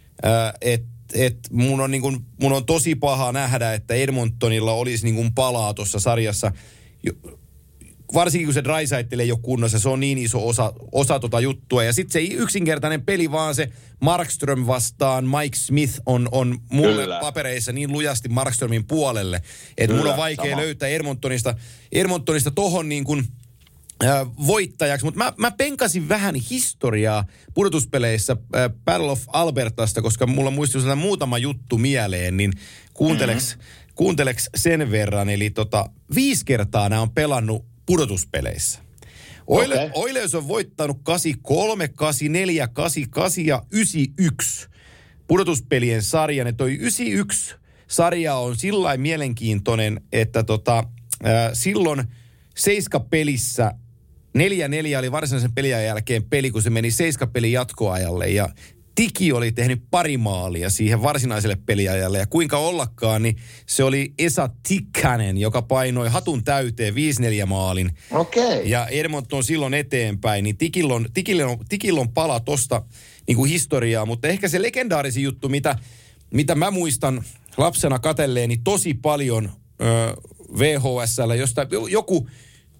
että mun on tosi paha nähdä, että Edmontonilla olisi niin kuin palaa tuossa sarjassa. Varsinkin kun se Draisaitl ei ole kunnossa, se on niin iso osa tota juttua. Ja sitten se yksinkertainen peli, vaan se Markström vastaan Mike Smith on mulle papereissa niin lujasti Markströmin puolelle, että mun on vaikea löytää Edmontonista tohon niin kuin voittajaksi. Mutta mä penkasin vähän historiaa pudotuspeleissä Battle of Albertasta, koska mulla muistui sellainen muutama juttu mieleen, niin kuunteleks sen verran. Eli 5 kertaa nämä on pelannut pudotuspeleissä. Oilers on voittanut 83, 84, 88 ja 91 pudotuspelien sarjan. Ja toi 91 sarja on sillain mielenkiintoinen, että silloin 7 pelissä 4-4 oli varsinaisen peliajan jälkeen peli, kun se meni 7 pelin jatkoajalle ja Tiki oli tehnyt 2 maalia siihen varsinaiselle peliajalle ja kuinka ollakaan, niin se oli Esa Tikkanen, joka painoi hatun täyteen 5-4 maalin. Okei. Ja Edmonton silloin eteenpäin, niin Tikillä on pala tosta niin kuin historiaa, mutta ehkä se legendaarisin juttu, mitä mä muistan lapsena katselleeni tosi paljon VHS:llä, josta joku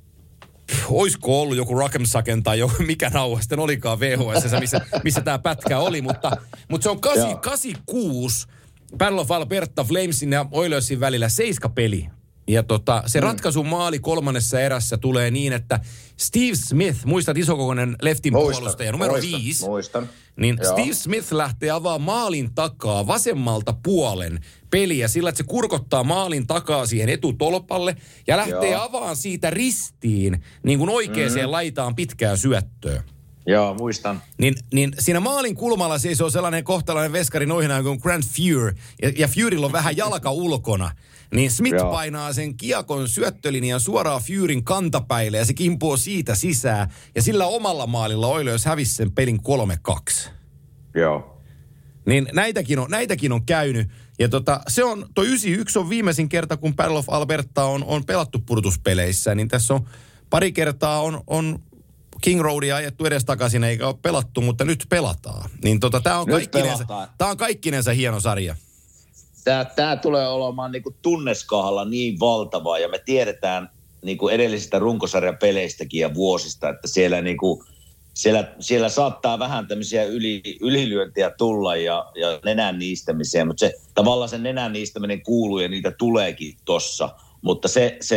oisko ollut joku Rock'em tai joku, mikä nauha sitten olikaan VHS:ssä, missä tämä pätkä oli, mutta se on 86 Battle of Alberta Flamesin ja Oilersin välillä 7 peli. Ja se ratkaisun maali 3. erässä tulee niin, että Steve Smith, muistat isokokoinen leftin puolustaja, numero 5. Muistan. Niin Steve Smith lähtee avaamaan maalin takaa vasemmalta puolen peliä sillä, että se kurkottaa maalin takaa siihen etutolpalle ja lähtee avaamaan siitä ristiin niin kuin oikeaan laitaan pitkää syöttöä. Joo, muistan. Niin siinä maalin kulmalla seisoo sellainen kohtalainen veskarin ohjaaja kuin Grant Fuhr, ja Fuhrilla on vähän jalka ulkona. Niin Smith painaa sen kiekon syöttölinjan suoraan Fuhrin kantapäille, ja se kimpoo siitä sisään. Ja sillä omalla maalilla Oilers hävisi sen pelin 3-2. Joo. Niin näitäkin on käynyt. Ja toi 91 on viimeisin kerta, kun Battle of Alberta on pelattu pudotuspeleissä. Niin tässä on pari kertaa on King Roadia ajettu edestakaisin eikä ole pelattu, mutta nyt pelataan. Niin tää on kaikkinensa hieno sarja. Tämä tulee olemaan niinku tunneskaahalla niin valtavaa ja me tiedetään niinku edellisistä runkosarjan peleistäkin ja vuosista, että siellä niinku siellä saattaa vähän tämmöisiä ylilyöntiä tulla ja nenän niistämisiä, mutta tavallaan se nenän niistäminen kuuluu ja niitä tuleekin tossa, mutta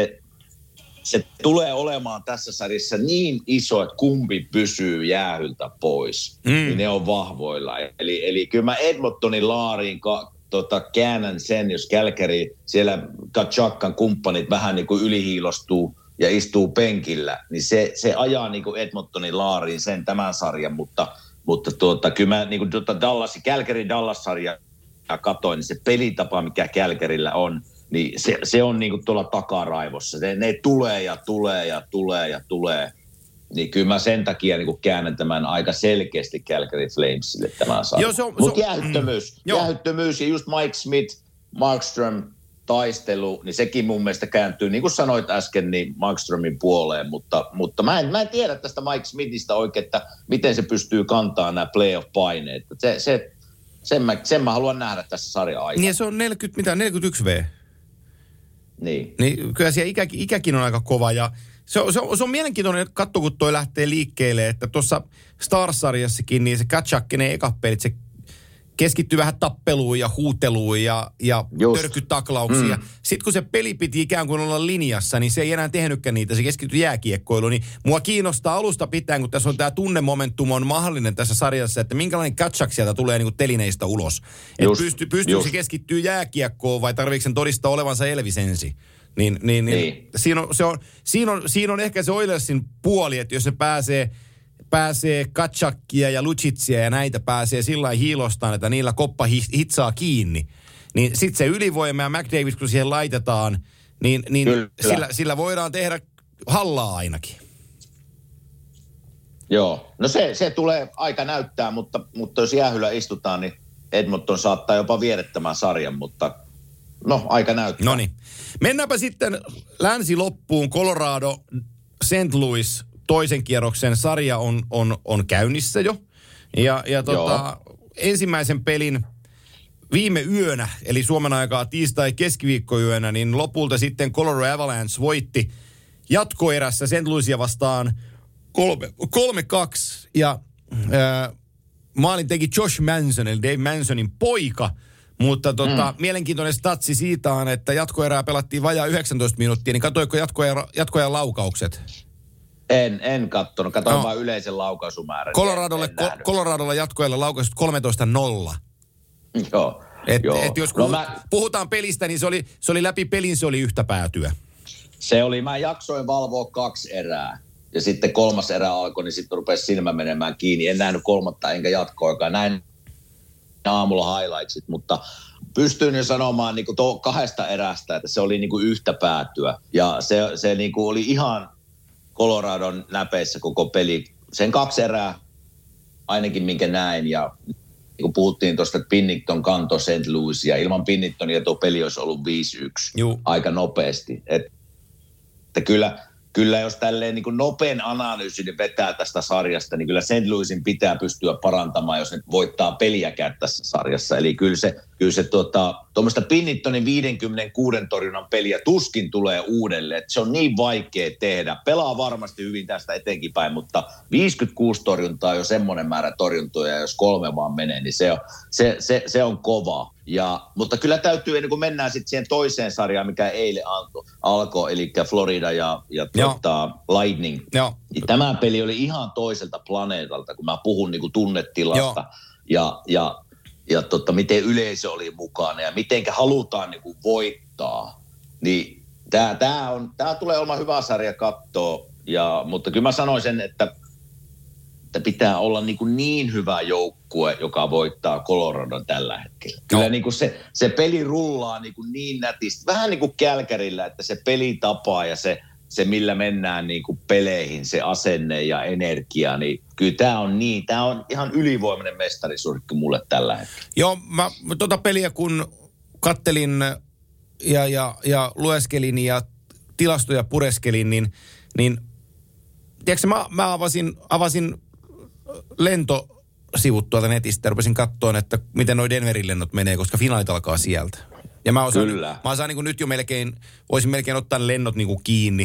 se tulee olemaan tässä sarjassa niin iso, että kumpi pysyy jäähyltä pois, niin ne on vahvoilla. Eli kyllä mä Edmontonin laariin käännän sen, jos Calgary, siellä Tkachukkan kumppanit vähän niin kuin ylihiilostuu ja istuu penkillä, niin se ajaa niin kuin Edmontonin laariin sen tämän sarjan, mutta kyllä mä niin kuin Calgary Dallas-sarja katoin, niin se pelitapa, mikä Calgaryllä on, niin se on niin kuin tuolla takaraivossa. Ne tulee ja tulee ja tulee ja tulee. Niin kyllä mä sen takia niin kuin käännän tämän aika selkeästi Calgary Flamesille tämän sarjan. Mutta jäähyttömyys ja just Mike Smith, Markström taistelu, niin sekin mun mielestä kääntyy, niin kuin sanoit äsken, niin Markströmin puoleen. Mutta mä en tiedä tästä Mike Smithistä oikein, että miten se pystyy kantamaan nämä playoff-paineet. Sen mä haluan nähdä tässä sarjan aikana. Niin se on 41 V. Niin kyllä siellä ikäkin on aika kova ja se on mielenkiintoinen katso, kun toi lähtee liikkeelle, että tuossa Stars-sarjassakin niin se Tkachukinen ekapelit, se keskittyy vähän tappeluun ja huuteluun ja törkytaklauksiin. Sitten kun se peli piti ikään kuin olla linjassa, niin se ei enää tehnytkään niitä, se keskittyi jääkiekkoiluun. Niin mua kiinnostaa alusta pitäen, kun tässä on tämä tunnemomentum on mahdollinen tässä sarjassa, että minkälainen Tkachuk sieltä tulee niin kuin telineistä ulos. Pystyykö se keskittyy jääkiekkoon vai tarvitseeko sen todistaa olevansa Elvis ensin? Niin. Siinä on ehkä se Oilersin puoli, että jos se pääsee Tkachukia ja Lucitsia ja näitä pääsee sillä lailla hiilostaan, että niillä koppa hitsaa kiinni. Niin sitten se ylivoima ja McDavid, kun siihen laitetaan, niin sillä voidaan tehdä hallaa ainakin. Joo, no se tulee aika näyttää, mutta jos jäähyllä istutaan, niin Edmonton saattaa jopa viedä tämän sarjan, mutta no aika näyttää. Noniin. Mennäänpä sitten länsiloppuun. Colorado, St. Louis toisen kierroksen sarja on käynnissä jo. Ja ensimmäisen pelin viime yönä, eli Suomen aikaa tiistai-keskiviikkoyönä, niin lopulta sitten Colorado Avalanche voitti jatkoerässä St. Louisia vastaan 3-2. Ja maalin teki Josh Manson, eli Dave Mansonin poika. Mutta mielenkiintoinen statsi siitä on, että jatkoerää pelattiin vajaa 19 minuuttia, niin katsoitko jatkoajan laukaukset? En katsonut. Katsoin vain yleisen laukaisumäärän. Coloradolla jatkoajalla laukaukset 13-0. Joo. Et jos puhutaan pelistä, niin se oli läpi pelin, se oli yhtä päätyä. Mä jaksoin valvoa 2 erää. Ja sitten 3. erä alkoi, niin sitten rupesi silmä menemään kiinni. En nähnyt 3. enkä jatkoaikaa. Näin aamulla highlightsit, mutta pystyin jo sanomaan niin kuin 2 erästä, että se oli niin kuin yhtä päätyä. Ja se niin kuin oli ihan Coloradon näpeissä koko peli. Sen 2 erää ainakin minkä näin. Ja niin kuin puhuttiin tuosta, että Binnington kantoi St. Louisia. Ilman Binningtonia tuo peli olisi ollut 5-1 aika nopeasti. Että kyllä jos tälleen niin kuin nopean analyysin vetää tästä sarjasta, niin kyllä St. Louisin pitää pystyä parantamaan, jos ne voittaa peliäkään tässä sarjassa. Eli kyllä se tuommoista Binningtonin 56 torjunnan peliä tuskin tulee uudelleen. Että se on niin vaikea tehdä. Pelaa varmasti hyvin tästä etenkin päin, mutta 56 torjuntaa on jo semmoinen määrä torjuntoja, jos 3 vaan menee, niin se on kova. Mutta kyllä täytyy, ennen kuin mennään sitten siihen toiseen sarjaan, mikä eilen alkoi, eli Florida ja Lightning. Niin tämä peli oli ihan toiselta planeetalta, kun mä puhun niin kuin tunnetilasta ja miten yleisö oli mukana ja mitenkä halutaan niin kuin voittaa. Niin tämä tulee olemaan hyvä sarja katsoa, mutta kyllä mä sanoisin, että pitää olla niin hyvä joukkue, joka voittaa Coloradon tällä hetkellä. Kyllä niin kuin se peli rullaa niin nätisti. Vähän niin kuin Kälkärillä, että se pelitapa ja se millä mennään niin kuin peleihin, se asenne ja energia, niin kyllä tämä on ihan ylivoimainen mestarisurkki mulle tällä hetkellä. Joo, mä peliä kun kattelin ja lueskelin ja tilastoja pureskelin, niin tiedätkö, mä avasin lentosivut tuolta netistä, rupesin katsoa, että miten noi Denverin lennot menee, koska finaalit alkaa sieltä. Ja mä osaan niin kuin nyt jo voisin melkein ottaa ne lennot niin kuin kiinni.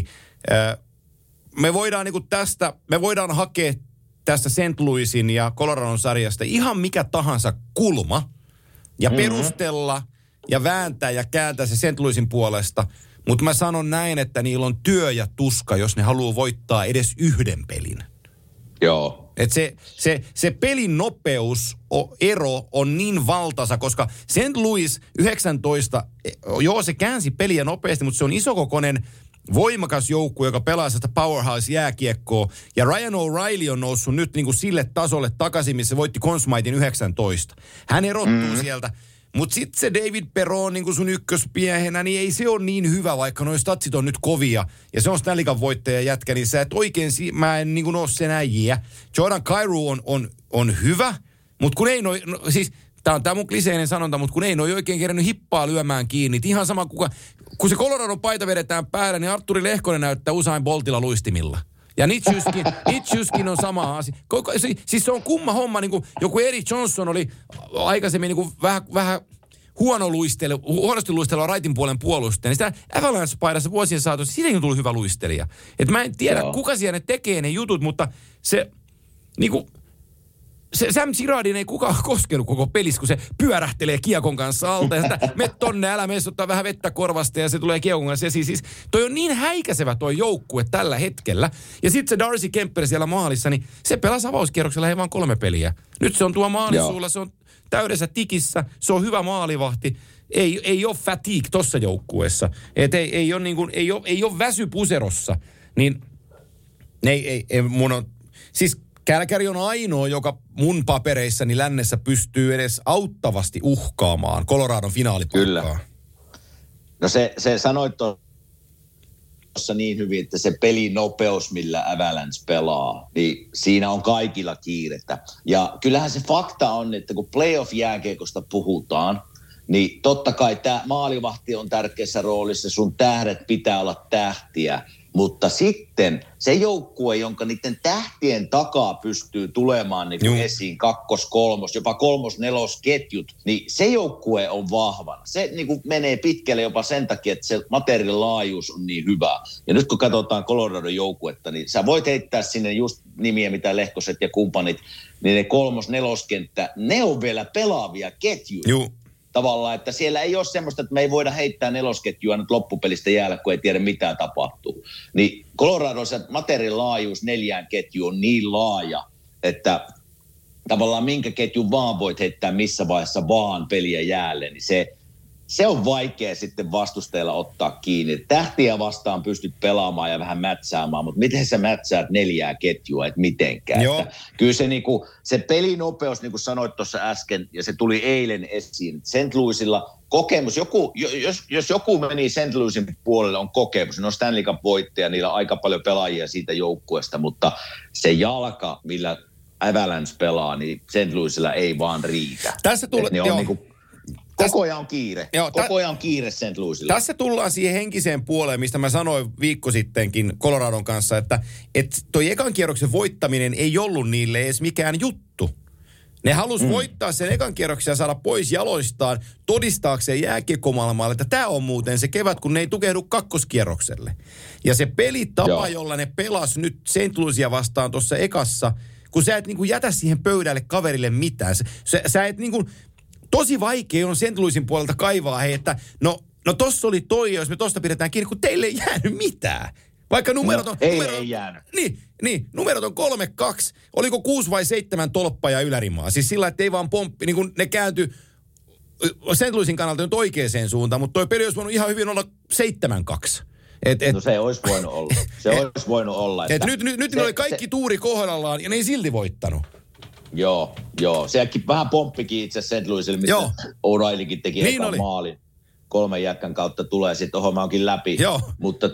Me voidaan hakea tästä St. Louisin ja Coloradon sarjasta ihan mikä tahansa kulma ja perustella ja vääntää ja kääntää se St. Louisin puolesta. Mutta mä sanon näin, että niillä on työ ja tuska, jos ne haluaa voittaa edes yhden pelin. Joo. Et se pelin nopeusero on niin valtaisa, koska St. Louis 19, se käänsi peliä nopeasti, mutta se on isokokoinen, voimakas joukkue, joka pelaa sitä powerhouse-jääkiekkoa. Ja Ryan O'Reilly on noussut nyt niin kuin sille tasolle takaisin, missä voitti Conn Smithin 19. Hän erottuu sieltä. Mutta sitten se David Perron niin kuin sun ykköspiehenä, niin ei se ole niin hyvä, vaikka nuo statsit on nyt kovia. Ja se on Stanley Cup voittaja jätkä, niin sä et oikein, mä en niin kuin ole sen äijä. Jordan Kyrou on hyvä, mutta kun ei siis tää on mun kliseinen sanonta, mutta kun ei oikein kerännyt hippaa lyömään kiinni. Ihan sama, kun se Coloradon paita vedetään päällä, niin Artturi Lehkonen näyttää Usain Boltilla luistimilla. Ja Nitschuskin on sama asia. Siis se on kumma homma, niin kuin joku Erik Johnson oli aikaisemmin niin kuin vähän huonosti luistelua raitin puolen puolustaja. Niin sitä Avalanche-paidassa vuosien saatossa, siitä ei tullut hyvä luistelija. Et mä en tiedä, kuka siellä ne tekee ne jutut, mutta se niinku... Se Sam Girardin ei kukaan koskenut koko pelissä, kun se pyörähtelee kiekon kanssa alta. Ja sitä, me tonne, älä mene ottaa vähän vettä korvasta ja se tulee kiekon kanssa. Ja siis toi on niin häikäisevä toi joukkue tällä hetkellä. Ja sitten se Darcy Kemper siellä maalissa, niin se pelasi avauskierroksella ei vaan 3 peliä. Nyt se on tuo maalisuulla, se on täydessä tikissä, se on hyvä maalivahti. Ei ole fatigue tossa joukkueessa. Ei ole väsy puserossa. Niin mun on... Siis Kälkäri on ainoa, joka mun papereissani lännessä pystyy edes auttavasti uhkaamaan Coloradon finaalipaikkaa. Kyllä. No se sanoit tuossa niin hyvin, että se pelinopeus, millä Avalanche pelaa, niin siinä on kaikilla kiirettä. Ja kyllähän se fakta on, että kun playoff-jääkiekosta puhutaan, niin totta kai tämä maalivahti on tärkeässä roolissa, sun tähdet pitää olla tähtiä, mutta sitten se joukkue, jonka niiden tähtien takaa pystyy tulemaan niin kuin esiin 2, 3, jopa 3, 4 ketjut, niin se joukkue on vahvana. Se niin kuin menee pitkälle jopa sen takia, että se materiaalin laajuus on niin hyvä. Ja nyt kun katsotaan Coloradon joukkuetta, niin sä voit heittää sinne just nimiä, mitä Lehkoset ja kumppanit, niin ne 3, 4 kenttä, ne on vielä pelaavia ketjuja. Joo. Tavallaan, että siellä ei ole semmoista, että me ei voida heittää 4 ketjua nyt loppupelistä jäällä, kun ei tiedä mitä tapahtuu. Niin Coloradon se materiaalin laajuus 4 ketjuun on niin laaja, että tavallaan minkä ketjun vaan voit heittää missä vaiheessa vaan peliä jäälle, niin se on vaikea sitten vastustajalla ottaa kiinni. Tähtiä vastaan pystyt pelaamaan ja vähän mätsäämään, mutta miten sä mätsäät 4 ketjua, et mitenkään. Että kyllä se, niinku, se pelinopeus, niin kuin sanoit tuossa äsken, ja se tuli eilen esiin. St. Louisilla kokemus, jos joku meni St. Louisin puolelle, on kokemus. Ne on Stanley Cup-voittaja, niillä on aika paljon pelaajia siitä joukkueesta, mutta se jalka, millä Avalanche pelaa, niin St. Louisilla ei vaan riitä. Tässä tulee, Koko ajan on kiire. Koko ajan on kiire St. Louisilla. Tässä tullaan siihen henkiseen puoleen, mistä mä sanoin viikko sittenkin Coloradon kanssa, että toi ekan kierroksen voittaminen ei ollut niille edes mikään juttu. Ne halusi voittaa sen ekan kierroksen ja saada pois jaloistaan todistaakseen jääkiekkomaailmalle, että tämä on muuten se kevät, kun ne ei tukehdu kakkoskierrokselle. Ja se pelitapa, jolla ne pelas nyt St. Louisia vastaan tuossa ekassa, kun sä et niin kuin jätä siihen pöydälle kaverille mitään. Sä et niin kuin, tosi vaikea on St. Louisin puolelta kaivaa, että no tossa oli toi, jos me tosta pidetään kiinni, kun teille ei jäänyt mitään. Vaikka numerot on... ei jäänyt. Niin, numerot on 3-2. Oliko 6 vai 7 tolppaa ja ylärimaa? Siis sillä, että ei vaan pomppi, niin kun ne kääntyi St. Louisin kannalta nyt oikeaan suuntaan, mutta toi peli olisi voinut ihan hyvin olla 7-2. No se olisi voinut olla. Olisi voinut olla. Että nyt ne oli kaikki tuuri kohdallaan ja ne ei silti voittanut. Joo. Sekin vähän pomppikin itse St. Louisille, mistä O'Reillykin teki niin ekan maalin. 3 jätkän kautta tulee sitten homma onkin läpi. Joo. Mutta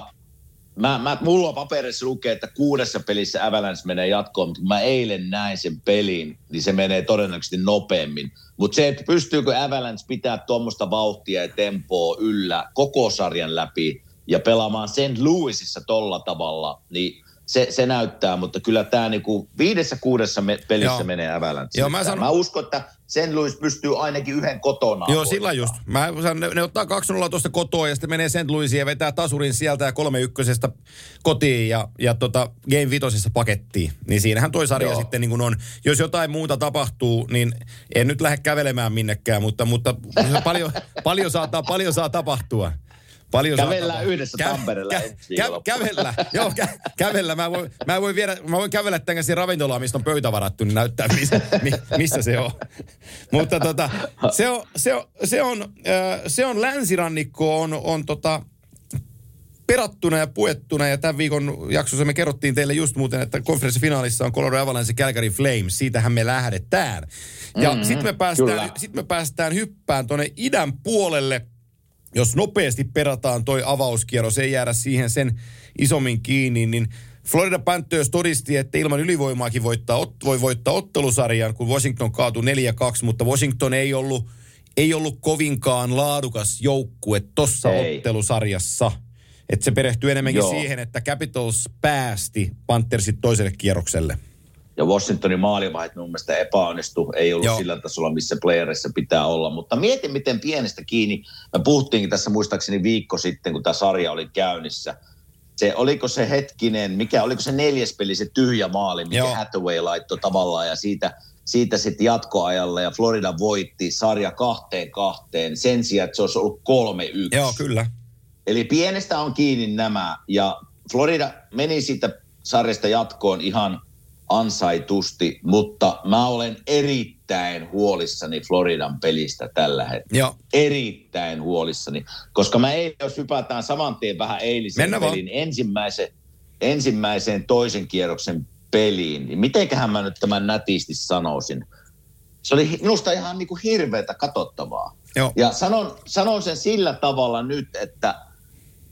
mulla on paperissa lukee, että 6 pelissä Avalanche menee jatkoon, mutta kun mä eilen näin sen pelin, niin se menee todennäköisesti nopeammin. Mutta se, että pystyykö Avalanche pitää tuommoista vauhtia ja tempoa yllä koko sarjan läpi ja pelaamaan St. Louisissa tolla tavalla, niin se näyttää, mutta kyllä tämä niinku 5-6 pelissä menee Avalanche. Mä uskon, että St. Louis pystyy ainakin 1 kotona. Joo, sillä just. Ne ottaa 2-0 tuosta kotoa ja sitten menee St. Louisiin ja vetää tasurin sieltä ja 3-1 kotiin ja Game 5 pakettiin. Niin siinähän toi sarja sitten niin kuin on. Jos jotain muuta tapahtuu, niin en nyt lähde kävelemään minnekään, mutta paljon saa tapahtua. Kävellään yhdessä Tampereella kävellä. Mä voin kävellä tämän kanssa ravintolaan, mistä on pöytä varattu, niin näyttää, missä se on. Mutta se on länsirannikko on perattuna ja puettuna, ja tämän viikon jaksossa me kerrottiin teille just muuten, että konferenssifinaalissa on Colorado Avalanche ja Calgary Flames. Siitähän me lähdetään. Ja sitten me päästään hyppään tuonne idän puolelle. Jos nopeasti perataan toi avauskierros, ei jäädä siihen sen isommin kiinni, niin Florida Panthers todisti, että ilman ylivoimaakin voi voittaa ottelusarjan, kun Washington kaatui 4-2, mutta Washington ei ollut kovinkaan laadukas joukkue tuossa ottelusarjassa. Että se perehtyy enemmänkin siihen, että Capitals päästi Panthersit toiselle kierrokselle. Ja Washingtonin maalivahit mun mielestä epäonnistui. Ei ollut sillä tasolla, missä playerissa pitää olla. Mutta mietin, miten pienestä kiinni. Me puhuttiinkin tässä muistaakseni viikko sitten, kun tämä sarja oli käynnissä. Oliko se hetkinen, oliko se 4. peli, se tyhjä maali, mikä Hathaway laittoi tavallaan. Ja siitä sitten jatkoajalla. Ja Florida voitti sarja 2-2 sen sijaan, että se olisi ollut 3-1. Joo, kyllä. Eli pienestä on kiinni nämä. Ja Florida meni siitä sarjasta jatkoon ihan ansaitusti, mutta mä olen erittäin huolissani Floridan pelistä tällä hetkellä. Joo. Erittäin huolissani, koska jos hypätään saman tien vähän eilisen pelin ensimmäiseen toisen kierroksen peliin, niin mitenköhän mä nyt tämän nätisti sanoisin. Se oli minusta ihan niin kuin hirveätä katsottavaa. Joo. Ja sanon sen sillä tavalla nyt, että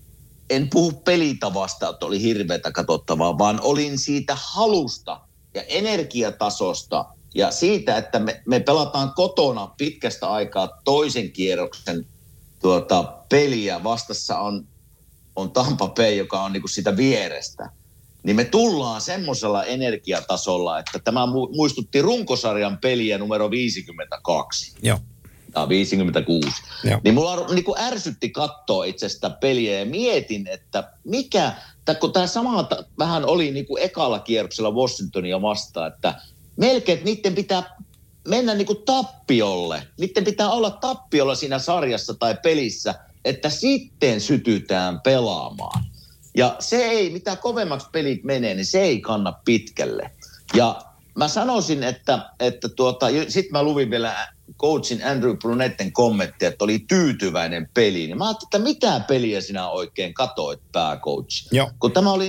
en puhu pelitavasta, että oli hirveätä katsottavaa, vaan olin siitä halusta ja energiatasosta ja siitä, että me pelataan kotona pitkästä aikaa toisen kierroksen peliä. Vastassa on Tampa Bay, joka on niinku sitä vierestä. Niin me tullaan semmoisella energiatasolla, että tämä muistutti runkosarjan peliä numero 52. Joo. Tai 56. Joo. Niin mulla niinku ärsytti katsoa itse sitä peliä ja mietin, että kun tämä sama vähän oli niinku ekalla kierroksella Washingtonia vastaan, että melkein niiden pitää mennä niinku tappiolle. Niiden pitää olla tappiolla siinä sarjassa tai pelissä, että sitten sytytään pelaamaan. Ja se ei, mitä kovemmaksi pelit menee, niin se ei kanna pitkälle. Ja mä sanoisin, että sitten mä luvin vielä coachin Andrew Brunetten kommenttia, että oli tyytyväinen peli. Niin mä ajattelin, että mitä peliä sinä oikein katoit, pääcoach? Joo. Kun tämä oli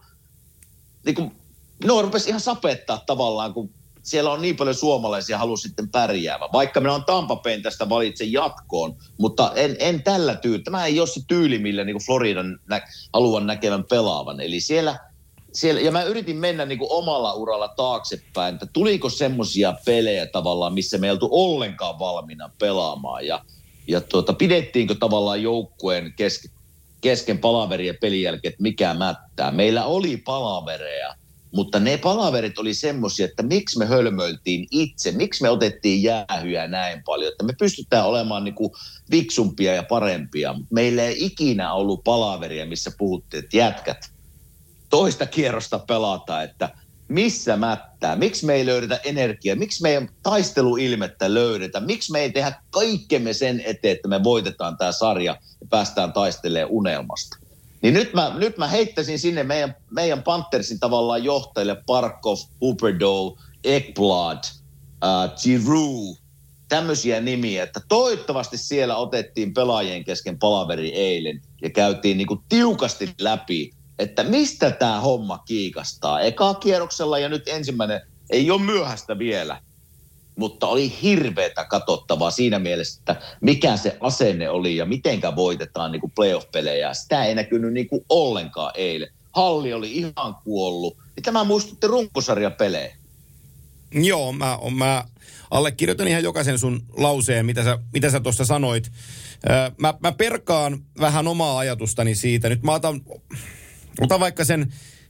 rupesi ihan sapettaa tavallaan, kun siellä on niin paljon suomalaisia haluaa sitten pärjäävä. Vaikka minä on Tampa Bayn tästä valitsen jatkoon, mutta en tällä tyyli. Tämä ei ole se tyyli, millä niin kuin Floridan haluan näkevän pelaavan. Eli siellä, ja mä yritin mennä niin kuin omalla uralla taaksepäin, että tuliko semmoisia pelejä tavallaan, missä me ei oltu ollenkaan valmiina pelaamaan. Ja pidettiinkö tavallaan joukkueen kesken palaveria pelin jälkeen, että mikä mättää. Meillä oli palavereja. Mutta ne palaverit oli semmoisia, että miksi me hölmöiltiin itse, miksi me otettiin jäähyä näin paljon, että me pystytään olemaan niinku viksumpia ja parempia. Meillä ei ikinä ollut palaveria, missä puhuttiin, että jätkät, toista kierrosta pelataan, että missä mättää, miksi me ei löydetä energiaa, miksi meidän taisteluilmettä löydetä, miksi me ei tehdä kaikkemme sen eteen, että me voitetaan tämä sarja ja päästään taistelemaan unelmasta. Niin nyt mä heittäisin sinne meidän Panthersin tavallaan johtajille Barkov, Huberdeau, Ekblad, Giroux, tämmöisiä nimiä, että toivottavasti siellä otettiin pelaajien kesken palaveri eilen ja käytiin niinku tiukasti läpi, että mistä tämä homma kiikastaa. Eka kierroksella ja nyt ensimmäinen, ei ole myöhäistä vielä, mutta oli hirveätä katsottavaa siinä mielessä, että mikä se asenne oli ja mitenkä voitetaan niinku playoff-pelejä. Sitä ei näkynyt niinku ollenkaan eilen. Halli oli ihan kuollut. Ja tämä muistutti runkosarjapelejä. Joo, mä allekirjoitan ihan jokaisen sun lauseen, mitä sä tuossa sanoit. Mä perkaan vähän omaa ajatustani siitä. Nyt mä otan vaikka sen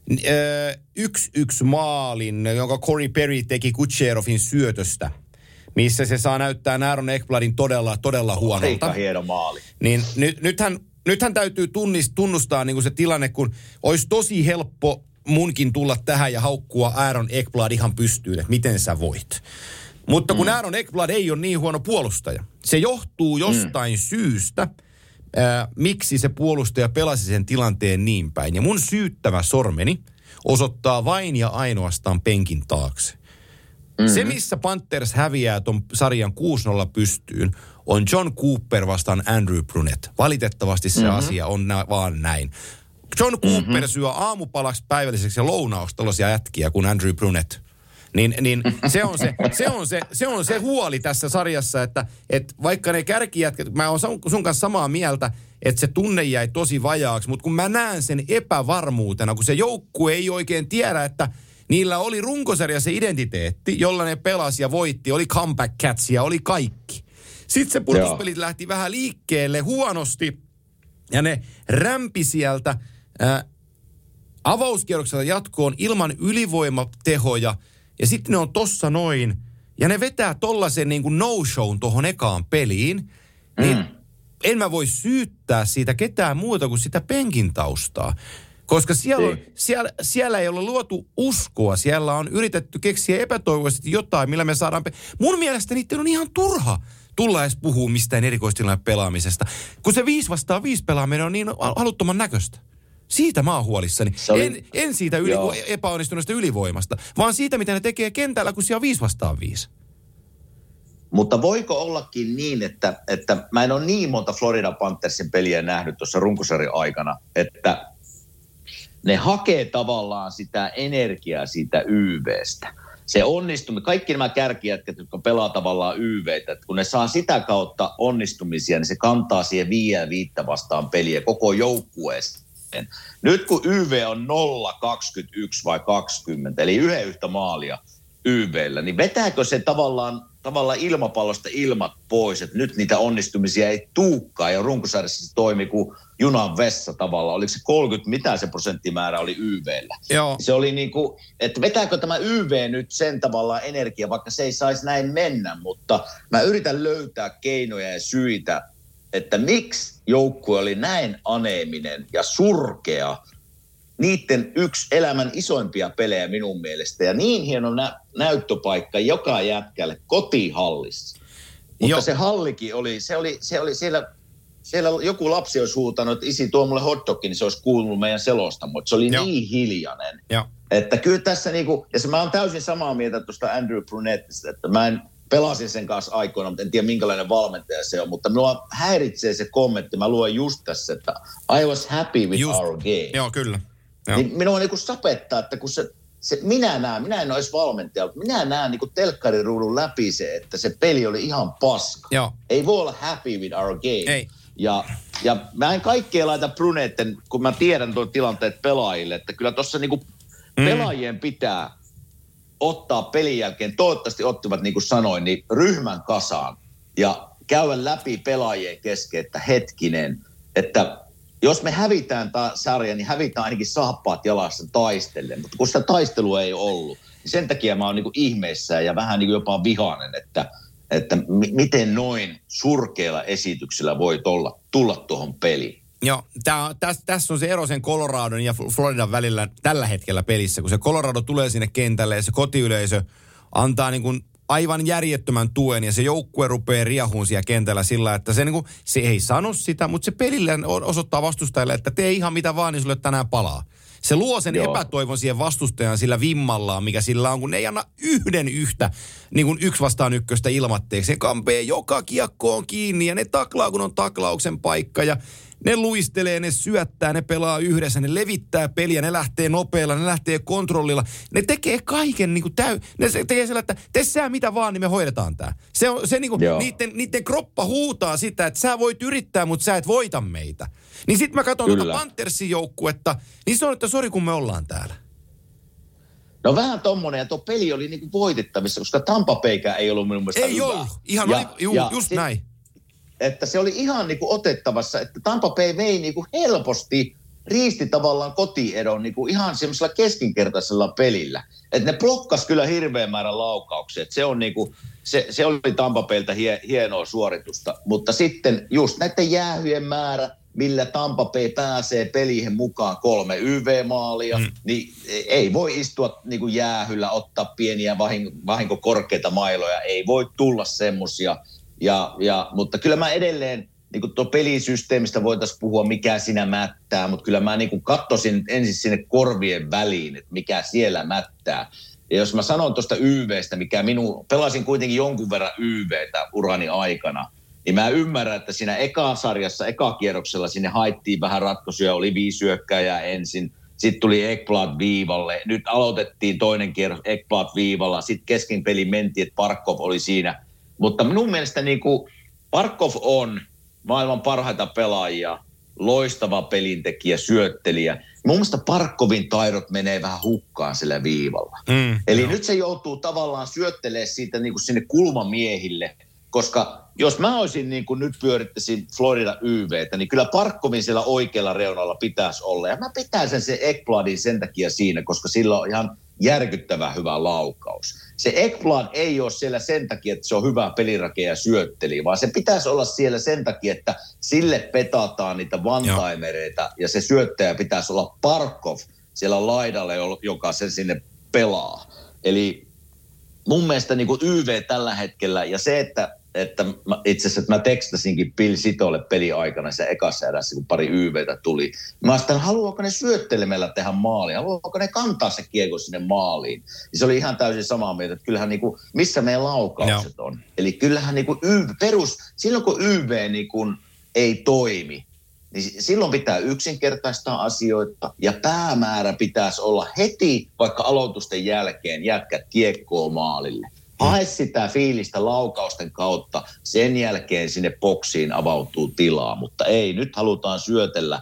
1-1 maalin, jonka Corey Perry teki Kucherovin syötöstä, missä se saa näyttää Aaron Ekbladin todella huonolta. Aika hieno maali. Niin nythän täytyy tunnustaa niin kuin se tilanne, kun olisi tosi helppo munkin tulla tähän ja haukkua Aaron Ekblad ihan pystyyn, että miten sä voit. Mutta kun Aaron Ekblad ei ole niin huono puolustaja, se johtuu jostain syystä, miksi se puolustaja pelasi sen tilanteen niin päin. Ja mun syyttävä sormeni osoittaa vain ja ainoastaan penkin taakse. Se, missä Panthers häviää ton sarjan 6-0 pystyyn, on John Cooper vastaan Andrew Brunette. Valitettavasti se asia on vaan näin. John Cooper syö aamupalaksi päivälliseksi ja lounaaksi tällaisia jätkiä kuin Andrew Brunette. Niin se on se huoli tässä sarjassa, että vaikka ne kärkijätkät, mä oon sun kanssa samaa mieltä, että se tunne jäi tosi vajaaksi, mutta kun mä näen sen epävarmuutena, kun se joukkue ei oikein tiedä, että niillä oli runkosarja se identiteetti, jolla ne pelasi ja voitti, oli comeback catsia, oli kaikki. Sitten se pudotuspelit lähti vähän liikkeelle huonosti ja ne rämpi sieltä avauskierroksella jatkoon ilman ylivoimatehoja ja sitten ne on tossa noin ja ne vetää tollasen niin kuin no-shown tohon ekaan peliin, niin en mä voi syyttää siitä ketään muuta kuin sitä penkin taustaa. Koska siellä ei ole luotu uskoa. Siellä on yritetty keksiä epätoivoisesti jotain, millä me saadaan... Mun mielestä niiden on ihan turha tulla edes puhua mistään erikoistilanne pelaamisesta. Kun se 5-5 pelaaminen on niin haluttoman näköistä. Siitä mä oon huolissani. En siitä epäonnistuneesta ylivoimasta, vaan siitä, mitä ne tekee kentällä, kun siellä on 5-5. Mutta voiko ollakin niin, että mä en ole niin monta Florida Panthersin peliä nähnyt tuossa runkosarjan aikana, että ne hakee tavallaan sitä energiaa siitä YVstä. Se onnistuminen, kaikki nämä kärkijätkät, jotka pelaa tavallaan YVtä, että kun ne saa sitä kautta onnistumisia, niin se kantaa siihen 5 vastaan peliä koko joukkueesta. YV:n. Nyt kun YV on 0,21 vai 20, eli yhtä maalia YV:llä, niin vetääkö se tavallaan ilmapallosta ilmat pois, että nyt niitä onnistumisia ei tuukkaan, ja runkosarjassa se toimi kuin junan vessa tavallaan. Oliko se 30, mitä se prosenttimäärä oli YV:llä? Joo. Se oli niin kuin, että vetääkö tämä YV nyt sen tavallaan energia, vaikka se ei saisi näin mennä, mutta mä yritän löytää keinoja ja syitä, että miksi joukkue oli näin aneeminen ja surkea, niiden yksi elämän isoimpia pelejä minun mielestä. Ja niin hieno näyttöpaikka joka jätkälle kotihallissa. Mutta se hallikin oli siellä joku lapsi olisi huutanut, että isi tuo mulle hotdogin, niin se olisi kuulunut meidän selosta, mutta se oli niin hiljainen. Että kyllä tässä niinku, ja mä oon täysin samaa mieltä tuosta Andrew Brunettista, että pelasin sen kanssa aikoina, mutta en tiedä minkälainen valmentaja se on, mutta minua häiritsee se kommentti, mä luen just tässä, että I was happy with our game. Joo, kyllä. Niin minua niinku sapettaa, että kun minä en ole edes valmentaja, mutta minä näen niinku telkkariruudun läpi se, että se peli oli ihan paska. Joo. Ei voi olla happy with our game. Ei. Ja mä en kaikkea laita Brunetten, kun mä tiedän tuon tilanteet pelaajille, että kyllä tuossa niinku pelaajien pitää ottaa pelin jälkeen, toivottavasti ottivat niin kuin sanoin, niin ryhmän kasaan ja käydä läpi pelaajien kesken, että hetkinen, että jos me hävitään sarja, niin hävitään ainakin saappaat jalassa taistellen, mutta kun sitä taistelua ei ollut, niin sen takia mä oon niin kuin ihmeissään ja vähän niin kuin jopa vihainen, että miten noin surkealla esityksellä voi tulla tuohon peliin. Joo, tässä on se ero sen Coloradon ja Floridan välillä tällä hetkellä pelissä, kun se Colorado tulee sinne kentälle ja se kotiyleisö antaa niin kuin aivan järjettömän tuen ja se joukkue rupeaa riehuun siellä kentällä sillä, että se, niin kuin, se ei sano sitä, mutta se pelille osoittaa vastustajille, että tee ihan mitä vaan, niin sulle tänään palaa. Se luo sen epätoivon siihen vastustajan sillä vimmallaan, mikä sillä on, kun ne ei anna yhtä niin kuin 1-1 ilmatteeksi. Se kampee joka kiekkoon kiinni ja ne taklaa, kun on taklauksen paikka ja ne luistelee, ne syöttää, ne pelaa yhdessä, ne levittää peliä, ne lähtee nopealla, ne lähtee kontrollilla. Ne tekee kaiken niin kuin ne tekee sillä, että tee sä mitä vaan, niin me hoidetaan tää. Se niin kuin, niiden kroppa huutaa sitä, että sä voit yrittää, mutta sä et voita meitä. Niin sit mä katson tuota Panthersin joukkuetta, niin se on, että sori kun me ollaan täällä. No vähän tommonen, ja tuo peli oli niinku voitettavissa, koska Tampa Baykään ei ollut minun mielestä ei hyvä. Ollut, ihan just näin. Että se oli ihan niinku otettavassa, että Tampa Bay vei niinku helposti, riisti tavallaan kotiedon niinku ihan semmoisella keskinkertaisella pelillä. Että ne blokkas kyllä hirveän määrän laukauksia. Että se on niinku, se oli Tampa Bayltä hienoa suoritusta. Mutta sitten just näiden jäähyjen määrä, millä Tampa Bay pääsee peliin mukaan 3 YV-maalia, niin ei voi istua niin kuin jäähyllä, ottaa pieniä vahinkokorkeita mailoja, ei voi tulla semmoisia. Mutta kyllä mä edelleen, niin kuin tuo pelisysteemistä voitaisiin puhua, mikä siinä mättää, mutta kyllä mä niin kuin katsoisin ensin sinne korvien väliin, että mikä siellä mättää. Ja jos mä sanon tuosta YVstä, pelasin kuitenkin jonkun verran YVtä urani aikana, niin mä ymmärrän, että siinä ekakierroksella sinne haettiin vähän ratkaisuja, oli 5 hyökkääjää ensin, sitten tuli Ekblad viivalle, nyt aloitettiin toinen kierros Ekblad viivalla, sitten kesken peli mentiin, että Barkov oli siinä. Mutta minun mielestä niin kuin Barkov on maailman parhaita pelaajia, loistava pelintekijä, syöttelijä. Mun mielestä Barkovin taidot menee vähän hukkaan sillä viivalla. Eli nyt se joutuu tavallaan syöttelemään siitä niin kuin sinne kulmamiehille, koska jos mä olisin niin kuin nyt pyörittäisin Florida YVtä, niin kyllä Barkovin siellä oikealla reunalla pitäisi olla. Ja mä pitäisin sen Ekbladin sen takia siinä, koska sillä on ihan järkyttävän hyvä laukaus. Se Ekblad ei ole siellä sen takia, että se on hyvä pelirakeja ja syötteli, vaan se pitäisi olla siellä sen takia, että sille petataan niitä one-timereita ja se syöttäjä pitäisi olla Barkov siellä laidalla, joka sen sinne pelaa. Eli mun mielestä niin kuin YV tällä hetkellä ja se, että itse asiassa mä tekstasinkin Bill Sitolle peliaikana se ekassa erässä, kun pari YVtä tuli. Mä ajattelin, haluaako ne syöttelemällä tehdä maalia? Haluaako ne kantaa se kiekko sinne maaliin? Ja se oli ihan täysin samaa mieltä, että kyllähän niinku, missä meidän laukaukset on. Eli kyllähän niinku silloin kun YV niinku ei toimi, niin silloin pitää yksinkertaistaa asioita ja päämäärä pitäisi olla heti vaikka aloitusten jälkeen jätkät kiekkoa maalille. Hae sitä fiilistä laukausten kautta, sen jälkeen sinne boksiin avautuu tilaa, mutta ei, nyt halutaan syötellä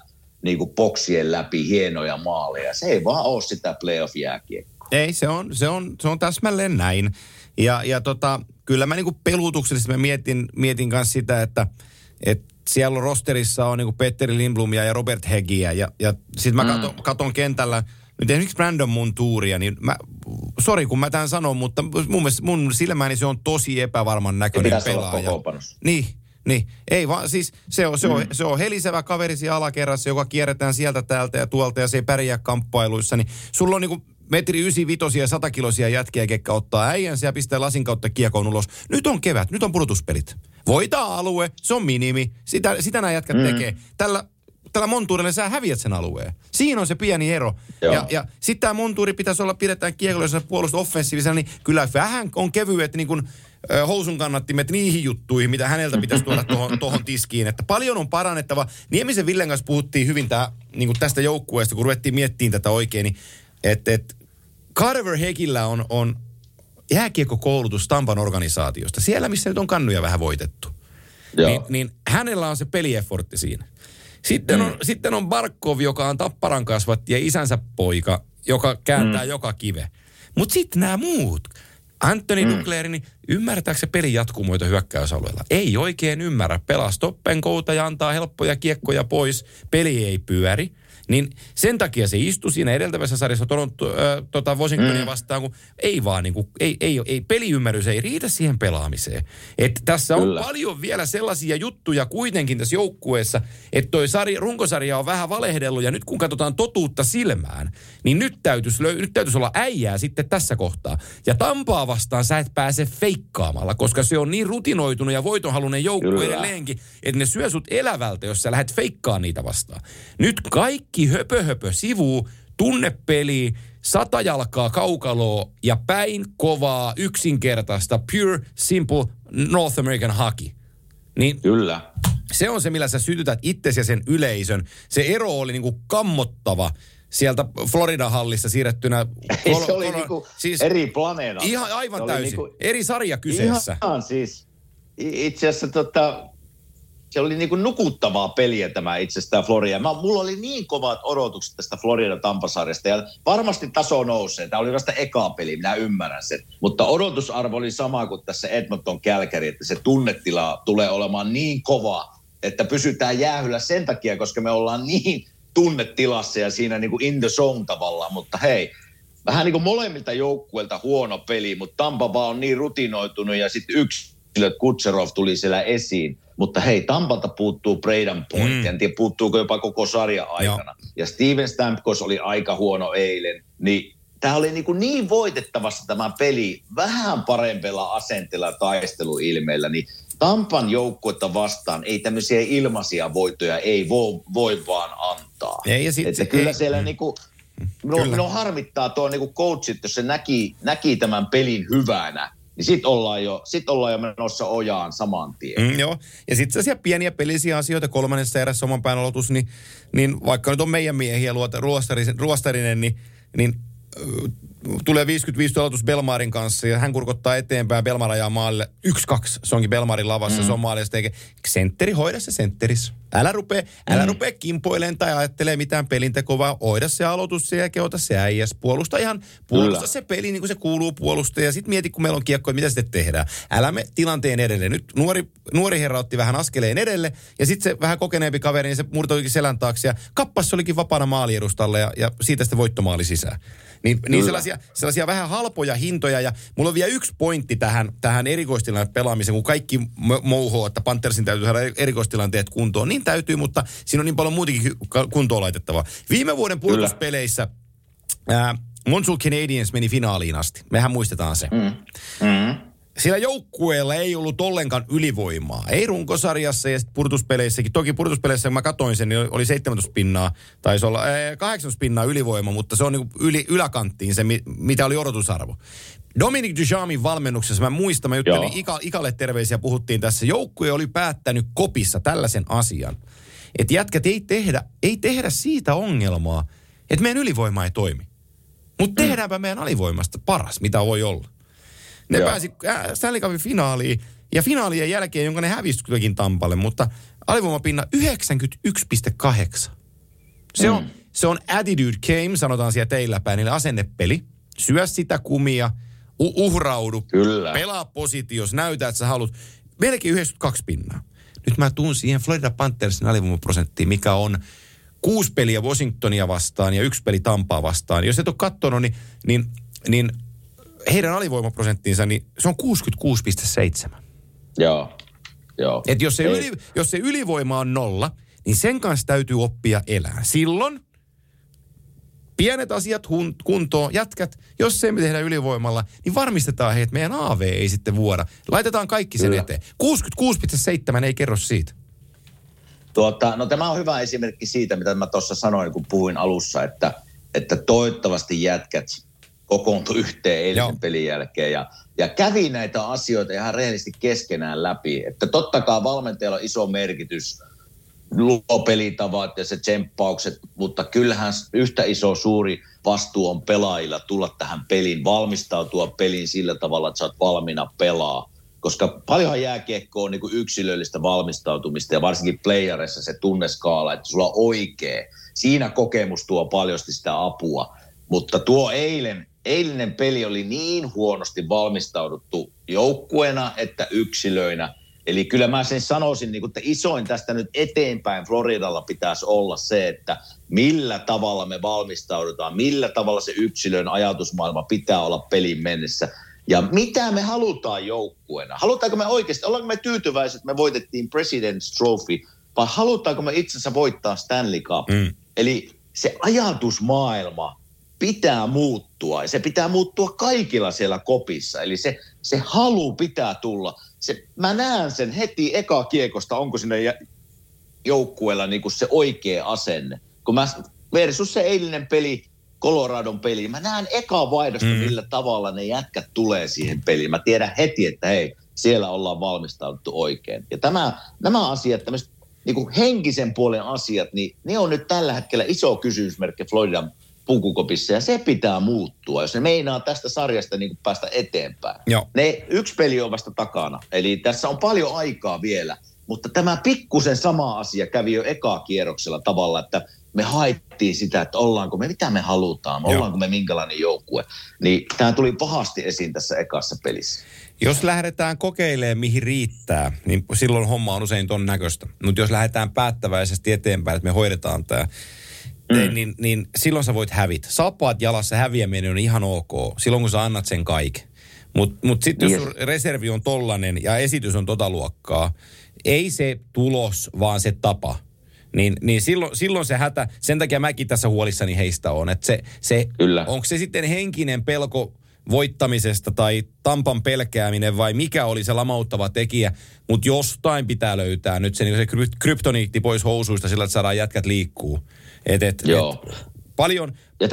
niin kuin boksien läpi hienoja maaleja. Se ei vaan ole sitä playoff-jääkiekkoa. Ei, se on täsmälleen näin. Ja kyllä mä niin kuin pelutuksellisesti mä mietin kanssa sitä, että siellä rosterissa on niin kuin Petteri Lindblomia ja Robert Heggiä. Ja sitten mä katon kentällä nyt esimerkiksi Brandon Montuuria, niin kun mä tämän sanon, mutta mun silmäni se on tosi epävarman näköinen pelaaja. Niin, ei vaan siis se on helisevä kaveri siellä alakerrassa, joka kierretään sieltä täältä ja tuolta ja se ei pärjää kamppailuissa, niin sulla on niinku 1,95 ja 100-kiloisia jätkiä, ketkä ottaa äijänsä ja pistää lasin kautta kiekon ulos. Nyt on kevät, nyt on pudotuspelit. Voitaa alue, se on minimi, sitä nämä jätkät tekee. Tällä Montuurilla sä häviät sen alueen. Siinä on se pieni ero. Ja sitten tämä Montuuri pitäisi olla, pidetään kiekolla, jos sä puolustat offensiivisena, niin kyllä vähän on kevyet niin kuin housun kannattimet niihin juttuihin, mitä häneltä pitäisi tuoda tuohon tiskiin. Että paljon on parannettava. Niemisen Villen kanssa puhuttiin hyvin niin kuin tästä joukkueesta, kun ruvettiin miettimään tätä oikein, niin että Carver Hegillä on jääkiekkokoulutus Tampan organisaatiosta. Siellä, missä nyt on kannuja vähän voitettu. Niin hänellä on se pelieffortti siinä. Sitten on Barkov, joka on Tapparan kasvatti ja isänsä poika, joka kääntää joka kive. Mutta sitten nämä muut. Anthony Duclair, niin ymmärtääkö se pelin jatkumoita hyökkäysalueella? Ei oikein ymmärrä. Pelaa stoppenkouta ja antaa helppoja kiekkoja pois. Peli ei pyöri. Niin sen takia se istui siinä edeltävässä sarjassa Washingtonia vastaan, kun ei vaan niin kuin, ei peliymmärrys ei riitä siihen pelaamiseen. Että tässä on paljon vielä sellaisia juttuja kuitenkin tässä joukkueessa, että toi runkosarja on vähän valehdellut ja nyt kun katsotaan totuutta silmään, niin nyt täytyisi olla äijää sitten tässä kohtaa. Ja Tampaa vastaan sä et pääse feikkaamalla, koska se on niin rutinoitunut ja voitonhaluinen joukkue edelleenkin, että ne syö sut elävältä, jos sä lähdet feikkaamaan niitä vastaan. Nyt kaikki höpö sivuu, tunnepeli, 100 jalkaa kaukaloa ja päin kovaa, yksinkertaista, pure, simple North American hockey. Niin kyllä. Se on se, millä sä sytytät itsesi ja sen yleisön. Se ero oli niinku kammottava sieltä Florida-hallissa siirrettynä. Se oli niinku siis eri planeetalta. Ihan aivan täysin. Niinku, eri sarja kyseessä. Ihan siis. Itse asiassa se oli niin kuin nukuttavaa peliä tämä itsestään Florida. Mulla oli niin kovat odotukset tästä Florida-Tampasarjasta ja varmasti taso nousee. Tämä oli vasta eka peli, minä ymmärrän sen. Mutta odotusarvo oli sama kuin tässä Edmonton Calgary, että se tunnetila tulee olemaan niin kova, että pysytään jäähyllä sen takia, koska me ollaan niin tunnetilassa ja siinä niin kuin in the zone tavallaan. Mutta hei, vähän niin kuin molemmilta joukkueilta huono peli, mutta Tampa vaan on niin rutinoitunut ja sitten Kutserov tuli siellä esiin. Mutta hei, Tampalta puuttuu Braden Point, en tiedä puuttuuko jopa koko sarja aikana. Joo. Ja Steven Stamkos oli aika huono eilen, niin tämä oli niin voitettavassa tämä peli vähän parempella asenteella taisteluilmeillä, niin Tampan joukkuetta vastaan ei tämmöisiä ilmaisia voittoja ei voi vaan antaa. Ei, että kyllä siellä no harmittaa tuo coachit, jos se näki tämän pelin hyvänä. Niin sit ollaan jo menossa ojaan saman tien. Joo, ja sitten sellaisia pieniä pelisiä asioita, kolmannessa erässä oman pään aloitus, niin vaikka nyt on meidän miehiä ruostarinen, niin tulee 55 aloitus Belmarin kanssa ja hän kurkottaa eteenpäin, Belmar ajaa maalille 1-2. Se onkin Belmarin lavassa, se on maalista eikä sentteri, hoida se sentteris. Älä rupea kimpoilemaan tai ajattelee mitään pelintekoa, vaan hoida se aloitus sen jälkeen, ota se äijäs. Puolusta se peli niin kuin se kuuluu puolustaa ja sitten mieti, kun meillä on kiekkoja, mitä sitten tehdään. Älä me tilanteen edelle. Nyt nuori herra otti vähän askeleen edelle ja sitten se vähän kokeneempi kaveri, niin se murtoikin selän taakse ja kappas olikin vapaana maaliedustalla ja siitä sitten voittomaali sisään. Niin sellaisia vähän halpoja hintoja ja mulla on vielä yksi pointti tähän erikoistilanteen pelaamiseen, kun kaikki mouhoo, että Panthersin täytyy saada erikoistilanteet kuntoon. Niin täytyy, mutta siinä on niin paljon muutenkin kuntoon laitettavaa. Viime vuoden pudotuspeleissä Montreal Canadiens meni finaaliin asti. Mehän muistetaan se. Sillä joukkueella ei ollut ollenkaan ylivoimaa. Ei runkosarjassa ja sitten pudotuspeleissäkin. Toki pudotuspeleissä, kun mä katsoin sen, niin oli 17 pinnaa, taisi olla 18 pinnaa ylivoima, mutta se on niin yläkanttiin se, mitä oli odotusarvo. Dominic Ducharmin valmennuksessa, mä juttelin Ikalle terveisiä, puhuttiin tässä. Joukkue oli päättänyt kopissa tällaisen asian, että jätkät ei tehdä siitä ongelmaa, että meidän ylivoima ei toimi. Mutta tehdäänpä meidän alivoimasta paras, mitä voi olla. Ne pääsi Stanley Cupin finaaliin ja finaalien jälkeen, jonka ne hävisi Tampalle, mutta alivoimapinna 91,8. Se on attitude game, sanotaan siellä teillä päin, eli asennepeli. Syö sitä kumia, uhraudu, Kyllä. pelaa positiossa, näytä, että sä haluat. Melkein 92 pinnaa. Nyt mä tuun siihen Florida Panthersin alivoimaprosenttiin, mikä on 6 peliä Washingtonia vastaan ja 1 peli Tampaa vastaan. Jos et ole katsonut, niin heidän alivoimaprosenttinsa, niin se on 66,7. Joo. Et jos se ylivoima on 0, niin sen kanssa täytyy oppia elää. Silloin pienet asiat kuntoon, jätkät, jos emme tehdä ylivoimalla, niin varmistetaan että meidän AV ei sitten vuoda. Laitetaan kaikki sen eteen. 66,7 ei kerro siitä. No tämä on hyvä esimerkki siitä, mitä mä tuossa sanoin, kun puhuin alussa, että toivottavasti jätkät kokoontui yhteen eilisen pelin jälkeen ja kävi näitä asioita ihan rehellisesti keskenään läpi. Että totta kai valmentajalla on iso merkitys, luo pelitavat ja se tsemppaukset, mutta kyllähän yhtä iso suuri vastuu on pelaajilla tulla tähän peliin, valmistautua peliin sillä tavalla, että sä oot valmiina pelaa. Koska paljonhan jääkiekko on niin kuin yksilöllistä valmistautumista ja varsinkin playereissa se tunneskaala, että sulla on oikea. Siinä kokemus tuo paljosti sitä apua, mutta tuo eilinen peli oli niin huonosti valmistauduttu joukkueena että yksilöinä. Eli kyllä mä sen sanoisin, että isoin tästä nyt eteenpäin Floridalla pitäisi olla se, että millä tavalla me valmistaudutaan, millä tavalla se yksilön ajatusmaailma pitää olla pelin mennessä. Ja mitä me halutaan joukkueena? Halutaanko me oikeasti, ollaanko me tyytyväiset, että me voitettiin President's Trophy, vai halutaanko me itse asiassa voittaa Stanley Cup? Eli se ajatusmaailma pitää muuttua, ja se pitää muuttua kaikilla siellä kopissa. Eli se halu pitää tulla. Mä näen sen heti eka kiekosta, onko sinne joukkueella niin kuin se oikea asenne. Kun versus se eilinen peli, Coloradon peli, mä näen eka vaihdosta, millä tavalla ne jätkät tulee siihen peliin. Mä tiedän heti, että hei, siellä ollaan valmistauduttu oikein. Ja nämä asiat, tämmöiset niin kuin henkisen puolen asiat, niin ne on nyt tällä hetkellä iso kysymysmerkki Floridan pukukopissa, ja se pitää muuttua, jos ne meinaa tästä sarjasta niin kuin päästä eteenpäin. Joo. Yksi peli on vasta takana, eli tässä on paljon aikaa vielä, mutta tämä pikkusen sama asia kävi jo ekaa kierroksella tavalla, että me haettiin sitä, että ollaanko me, mitä me halutaan, ollaanko me minkälainen joukkue. Niin tämä tuli pahasti esiin tässä ekassa pelissä. Jos lähdetään kokeilemaan, mihin riittää, niin silloin homma on usein ton näköistä. Mutta jos lähdetään päättäväisesti eteenpäin, että me hoidetaan tämä, niin silloin sä voit hävitä. Saappaat jalassa häviäminen on ihan ok, silloin kun sä annat sen kaiken. Mutta sitten jos reservi on tollanen ja esitys on tota luokkaa, ei se tulos, vaan se tapa. Niin silloin se hätä, sen takia mäkin tässä huolissani heistä on, että onko se sitten henkinen pelko voittamisesta tai Tampan pelkääminen vai mikä oli se lamauttava tekijä, mutta jostain pitää löytää nyt se kryptoniitti pois housuista sillä, että saadaan jätkät liikkuu. Paljon. Ja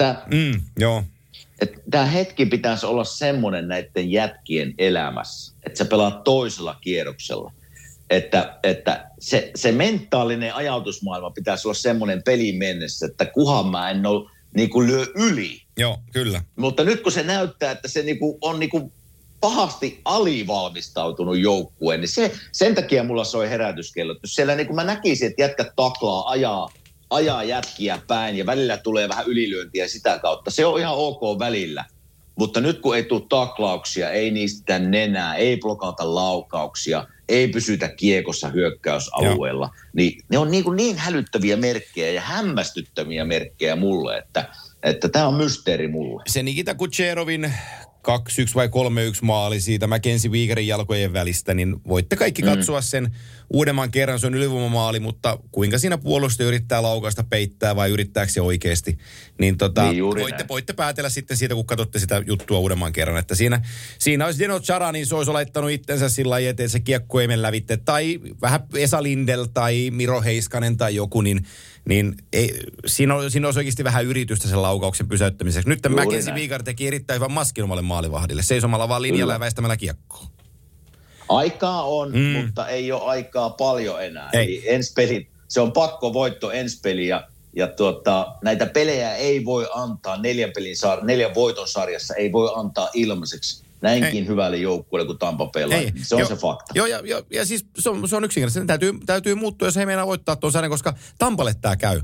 tämä hetki pitäisi olla semmoinen näiden jätkien elämässä, että sä pelaat toisella kierroksella. Että se mentaalinen ajatusmaailma pitäisi olla semmoinen peliin mennessä, että kuhan mä en ole niin kuin lyö yli. Joo, kyllä. Mutta nyt kun se näyttää, että se niin kuin on niin kuin pahasti alivalmistautunut joukkue, niin sen takia mulla soi herätyskello. Jos siellä niin kuin mä näkisin, että jätkät taklaa, ajaa jätkiä päin ja välillä tulee vähän ylilyöntiä sitä kautta. Se on ihan ok välillä. Mutta nyt kun ei tule taklauksia, ei niistä nenää, ei blokata laukauksia, ei pysytä kiekossa hyökkäysalueella, niin ne on niin hälyttäviä merkkejä ja hämmästyttäviä merkkejä mulle, että tämä on mysteeri mulle. Se Nikita Kucherovin 2-1 vai 3-1 maali siitä Mackenzie Weegarin jalkojen välistä, niin voitte kaikki katsoa sen uudemman kerran. Se on ylivoimamaali, mutta kuinka siinä puolustaja yrittää laukaista, peittää vai yrittääkö se oikeasti, niin voitte päätellä sitten siitä, kun katsotte sitä juttua uudemman kerran, että siinä olisi Deno Chara, niin se olisi laittanut itsensä sillä lailla, että se kiekko ei mene lävitte, tai vähän Esa Lindell tai Miro Heiskanen tai joku, niin siinä olisi oikeasti vähän yritystä sen laukauksen pysäyttämiseksi. Nyt Mackenzie Weegar teki erittäin hyvän maskin omalle maalivahdille, seisomalla vaan linjalla ja väistämällä kiekkoa. Aikaa on, mutta ei ole aikaa paljon enää. Eli ensi peli, se on pakko voitto ensi peli ja näitä pelejä ei voi antaa 4 voiton sarjassa, ei voi antaa ilmaiseksi näinkin hyvälle joukkueelle kuin Tampa pelaa. Se on se fakta. Joo, ja siis se on yksinkertaisesti. Täytyy muuttua, jos he meinaa voittaa tuon sarjan, koska Tampalle tämä käy.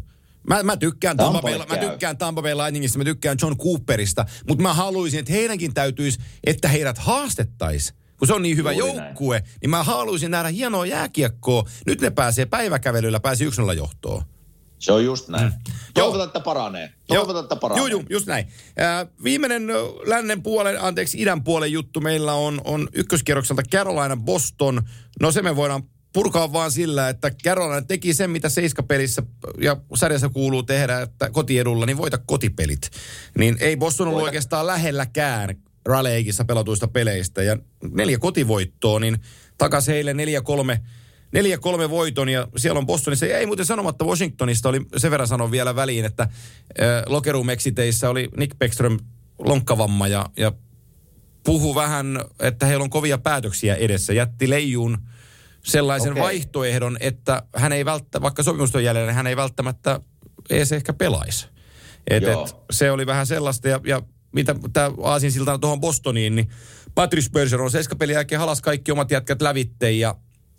Mä tykkään Tampa Bay Lightningista, mä tykkään John Cooperista, mutta mä haluaisin, että heidänkin täytyisi, että heidät haastettaisiin. Kun se on niin hyvä joukkue, niin mä haluaisin nähdä hienoa jääkiekkoa. Nyt ne pääsee päiväkävelyllä, pääsi 1-0 johtoon. Se on just näin. Toivotaan, että paranee. Joo, just näin. Viimeinen idän puolen juttu meillä on ykköskierrokselta Carolina Boston. No se me voidaan purkaa vaan sillä, että Carolina teki sen, mitä seiskapelissä ja sarjassa kuuluu tehdä, että kotiedulla, niin voita kotipelit. Niin ei Boston ollut oikeastaan lähelläkään Raleigissa pelatuista peleistä. Ja 4 kotivoittoa, niin takaisin heille 4-3 voiton, ja siellä on Bostonissa. Ei muuten sanomatta Washingtonista, oli sen verran sanon vielä väliin, että locker room exiteissä oli Nick Backstrom lonkkavamma, ja puhu vähän, että heillä on kovia päätöksiä edessä. Jätti leijuun sellaisen vaihtoehdon, että hän ei vaikka sopimuston jälleen, hän ei välttämättä edes ehkä pelaisi. Se oli vähän sellaista, ja mitä tämä aasinsiltana tuohon Bostoniin, niin Patrice Bergeron seiskapelin jälkeen halas kaikki omat jätkät lävitte, ja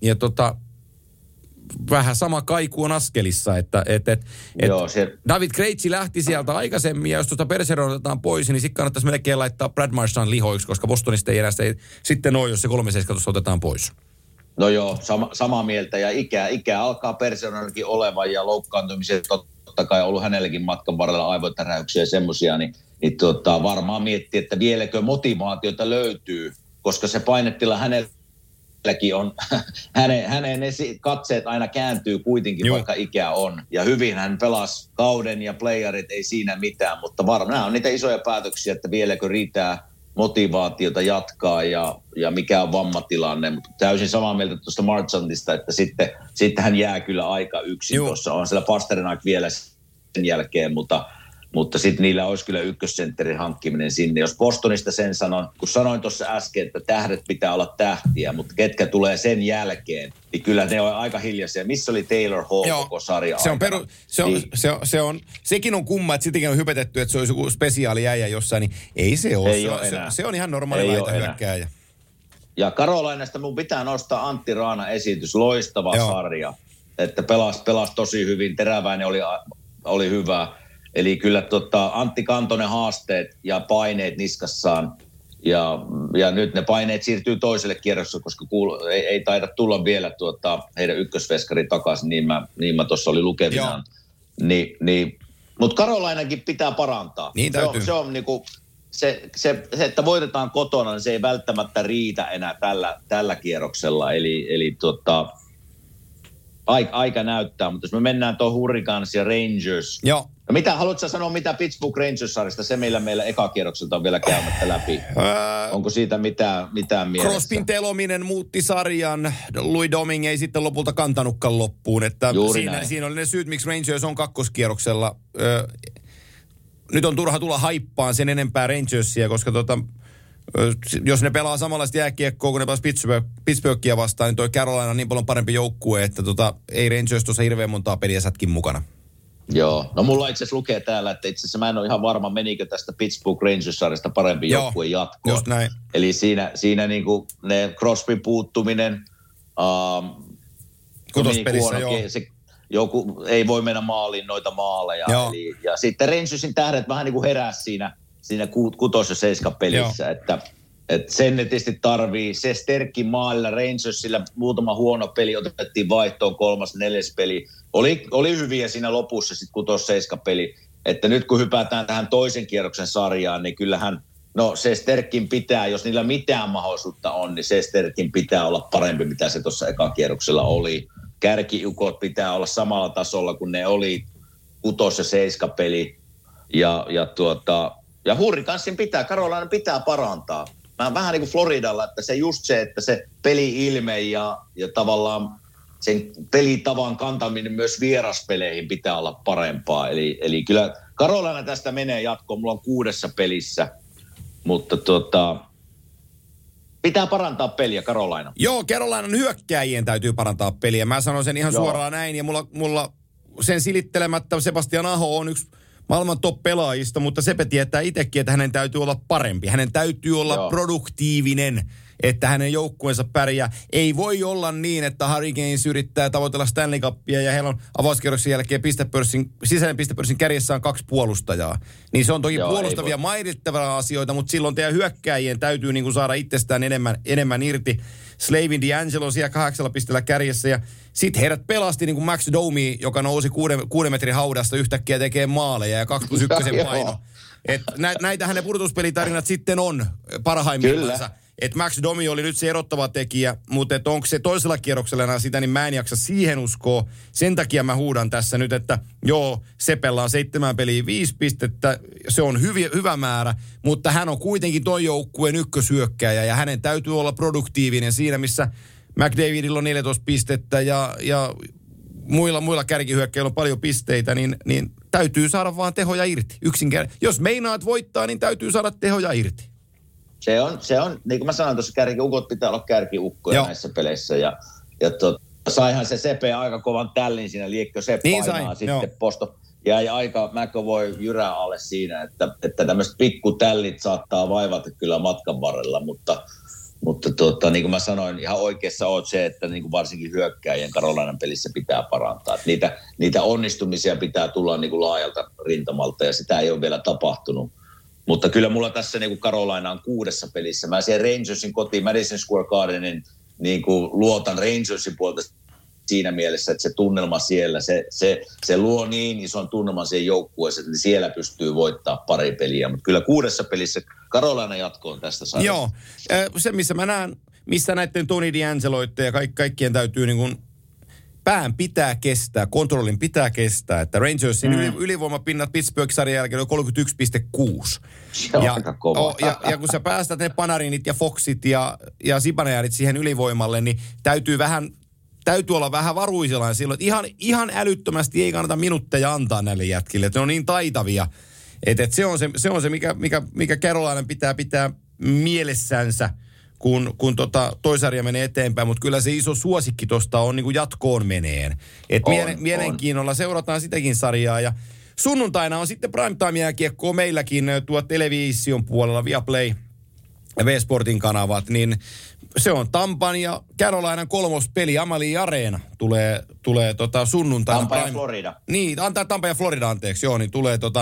vähän sama kaiku on askelissa, että David Krejci lähti sieltä aikaisemmin, ja jos tuota Bergeron otetaan pois, niin sitten kannattaisi melkein laittaa Brad Marchand lihoiksi, koska Bostonista ei enää sitten ole, jos se 3-7 otetaan pois. No joo, samaa mieltä, ja ikä alkaa Bergeronallakin olevan, ja loukkaantumiset totta kai on ollut hänellekin matkan varrella aivotäräyksiä ja semmoisia, niin varmaan miettii, että vieläkö motivaatiota löytyy, koska se painetila hänelläkin on, hänen katseet aina kääntyy kuitenkin, vaikka ikä on. Ja hyvin hän pelasi kauden ja playerit, ei siinä mitään, mutta varmaan nämä on niitä isoja päätöksiä, että vieläkö riittää motivaatiota jatkaa ja mikä on vammatilanne. Mutta täysin samaa mieltä tuosta Marchandista, että sitten hän jää kyllä aika yksin tuossa. On siellä Pasternak vielä sen jälkeen, mutta sitten niillä olisi kyllä ykkössentterin hankkiminen sinne. Jos Bostonista sen sanon, kun sanoin tuossa äsken, että tähdet pitää olla tähtiä, mutta ketkä tulee sen jälkeen, niin kyllä ne on aika hiljaisia. Missä oli Taylor Hall koko sarja aikana? Sekin on kumma, että sittenkin on hypetetty, että se olisi joku spesiaaliäijä jossain, niin ei se ole. Se on ihan normaali laitahyökkääjä. Ja Carolinasta mun pitää nostaa Antti Raana esitys, loistava sarja, että pelasi tosi hyvin, Teräväinen oli hyvä. Eli kyllä Antti kantoi ne haasteet ja paineet niskassaan. Ja nyt ne paineet siirtyy toiselle kierrokselle, koska ei taida tulla vielä heidän ykkösveskari takaisin, niin mä tuossa oli lukevinaan. Mutta Carolinakin pitää parantaa. Niin täytyy. Se on niinku, se, että voitetaan kotona, niin se ei välttämättä riitä enää tällä kierroksella. Eli aika näyttää, mutta jos me mennään tuohon Hurricanes ja Rangers. Joo. No haluatko sanoa mitä Pittsburgh Rangers-sarjasta? Se meillä ekakierrokselta on vielä käymättä läpi. Onko siitä mitään mielessä? Crosbyn telominen muutti sarjan. Louis Domingue ei sitten lopulta kantanutkaan loppuun. Että siinä oli ne syyt, miksi Rangers on kakkoskierroksella. Nyt on turha tulla haippaan sen enempää Rangersia, koska jos ne pelaa samanlaista jääkiekkoa, kun ne pelaa Pittsburghia vastaan, niin toi Carolina on niin paljon parempi joukkue, että ei Rangers tuossa hirveän montaa peliä sätkin mukana. Joo, no mulla itse asiassa lukee täällä, että itse asiassa mä en ole ihan varma, menikö tästä Pittsburgh Rangers-sarjasta parempi joukkue jatkoon. Just näin. Eli siinä niinku ne Crosbyn puuttuminen, kutospelissä, joku ei voi mennä maaliin noita maaleja. Ja sitten Rangersin tähdet vähän niin kuin heräsi siinä 6. ja 7 pelissä, että sen ne tietysti tarvii. Se Sterkin maalilla Rangersillä muutama huono peli otettiin vaihtoon 3., 4. peli. Oli hyviä siinä lopussa sitten 6. 7 peli. Että nyt kun hypätään tähän toisen kierroksen sarjaan, niin kyllähän se Sterkin pitää, jos niillä mitään mahdollisuutta on, niin se Sterkin pitää olla parempi, mitä se tuossa ekakierroksella oli. Kärkiukot pitää olla samalla tasolla, kun ne oli 6. ja 7 peli. Ja Hurricanesin Carolina pitää parantaa. Vähän niin kuin Floridalla, että että se peli-ilme ja tavallaan sen pelitavan kantaminen myös vieraspeleihin pitää olla parempaa. Eli kyllä Carolina tästä menee jatkoon. Mulla on 6 pelissä, mutta pitää parantaa peliä Carolina. Joo, Carolinan hyökkääjien täytyy parantaa peliä. Mä sanon sen ihan suoraan näin, ja mulla sen silittelemättä Sebastian Aho on yksi maailman top-pelaajista, mutta Sepe tietää itsekin, että hänen täytyy olla parempi. Hänen täytyy olla produktiivinen. että hänen joukkueensa pärjää. Ei voi olla niin, että Hurricanes yrittää tavoitella Stanley Cupia ja heillä on avauskierroksen jälkeen sisäinen pistepörssin kärjessä on 2 puolustajaa. Niin se on toki puolustavia mainittavia asioita, mutta silloin teidän hyökkääjien täytyy niin kuin saada itsestään enemmän irti. Slavin D'Angelo siellä 8 pisteellä kärjessä ja sitten heidät pelasti niin kuin Max Domi, joka nousi 6 metrin haudasta yhtäkkiä tekee maaleja ja 2+1 paino. Näitähän ne pudotuspelitarinat sitten on parhaimmillansa. Että Max Domi oli nyt se erottava tekijä, mutta onko se toisella kierroksella enää sitä, niin mä en jaksa siihen uskoa. Sen takia mä huudan tässä nyt, että joo, Sepellä on 7 peliä 5 pistettä, se on hyvä määrä, mutta hän on kuitenkin ton joukkueen ykköshyökkääjä ja hänen täytyy olla produktiivinen siinä, missä McDavidilla on 14 pistettä ja muilla kärkihyökkäillä on paljon pisteitä, niin täytyy saada vaan tehoja irti. Jos meinaat voittaa, niin täytyy saada tehoja irti. Se on, niin kuin mä sanoin tuossa, kärkiukot pitää olla kärkiukkoja näissä peleissä. Ja saihan se Sepe aika kovan tällin siinä, liekkö se painaa sitten posto. Ja aika McAvoy jyrää alle siinä, että tämmöiset pikkutällit saattaa vaivata kyllä matkan varrella, mutta niin kuin mä sanoin, ihan oikeassa oot se, että niin kuin varsinkin hyökkääjien Carolinan pelissä pitää parantaa. Että niitä onnistumisia pitää tulla niin kuin laajalta rintamalta ja sitä ei ole vielä tapahtunut. Mutta kyllä mulla tässä niin kuin Carolina on 6 pelissä. Mä siihen Rangersin kotiin, Madison Square Gardenin, niin kuin luotan Rangersin puolta siinä mielessä, että se tunnelma siellä, se luo niin ison tunnelman siihen joukkueeseen, että siellä pystyy voittamaan pari peliä. Mutta kyllä 6 pelissä Carolina jatkoon tästä sarjasta. Joo, se missä mä näen, missä näiden Tony DeAngeloitte ja kaikkien täytyy niin kuin pään pitää kestää, kontrollin pitää kestää, että Rangersin ylivoimapinnat Pittsburgh-sarjan jälkeen oli 31,6. Se on aika kova. Ja kun sä päästät ne Panarinit ja Foxit ja Zibanejadit siihen ylivoimalle, niin täytyy olla vähän varuisellaan silloin, että ihan älyttömästi ei kannata minuutteja antaa näille jätkille, että ne on niin taitavia. Että se on se, mikä Carolinan pitää mielessänsä, kun toi sarja menee eteenpäin, mutta kyllä se iso suosikki tuosta on niin kuin jatkoon meneen. Mielenkiinnolla seurataan sitäkin sarjaa ja sunnuntaina on sitten primetime-jääkiekkoa meilläkin tuo television puolella Viaplay ja V-Sportin kanavat, niin se on Tampan ja Carolinan 3. peli, Amalie Areena tulee sunnuntaina. Tampa ja Florida. Niin, Tampa ja Florida, anteeksi, joo, niin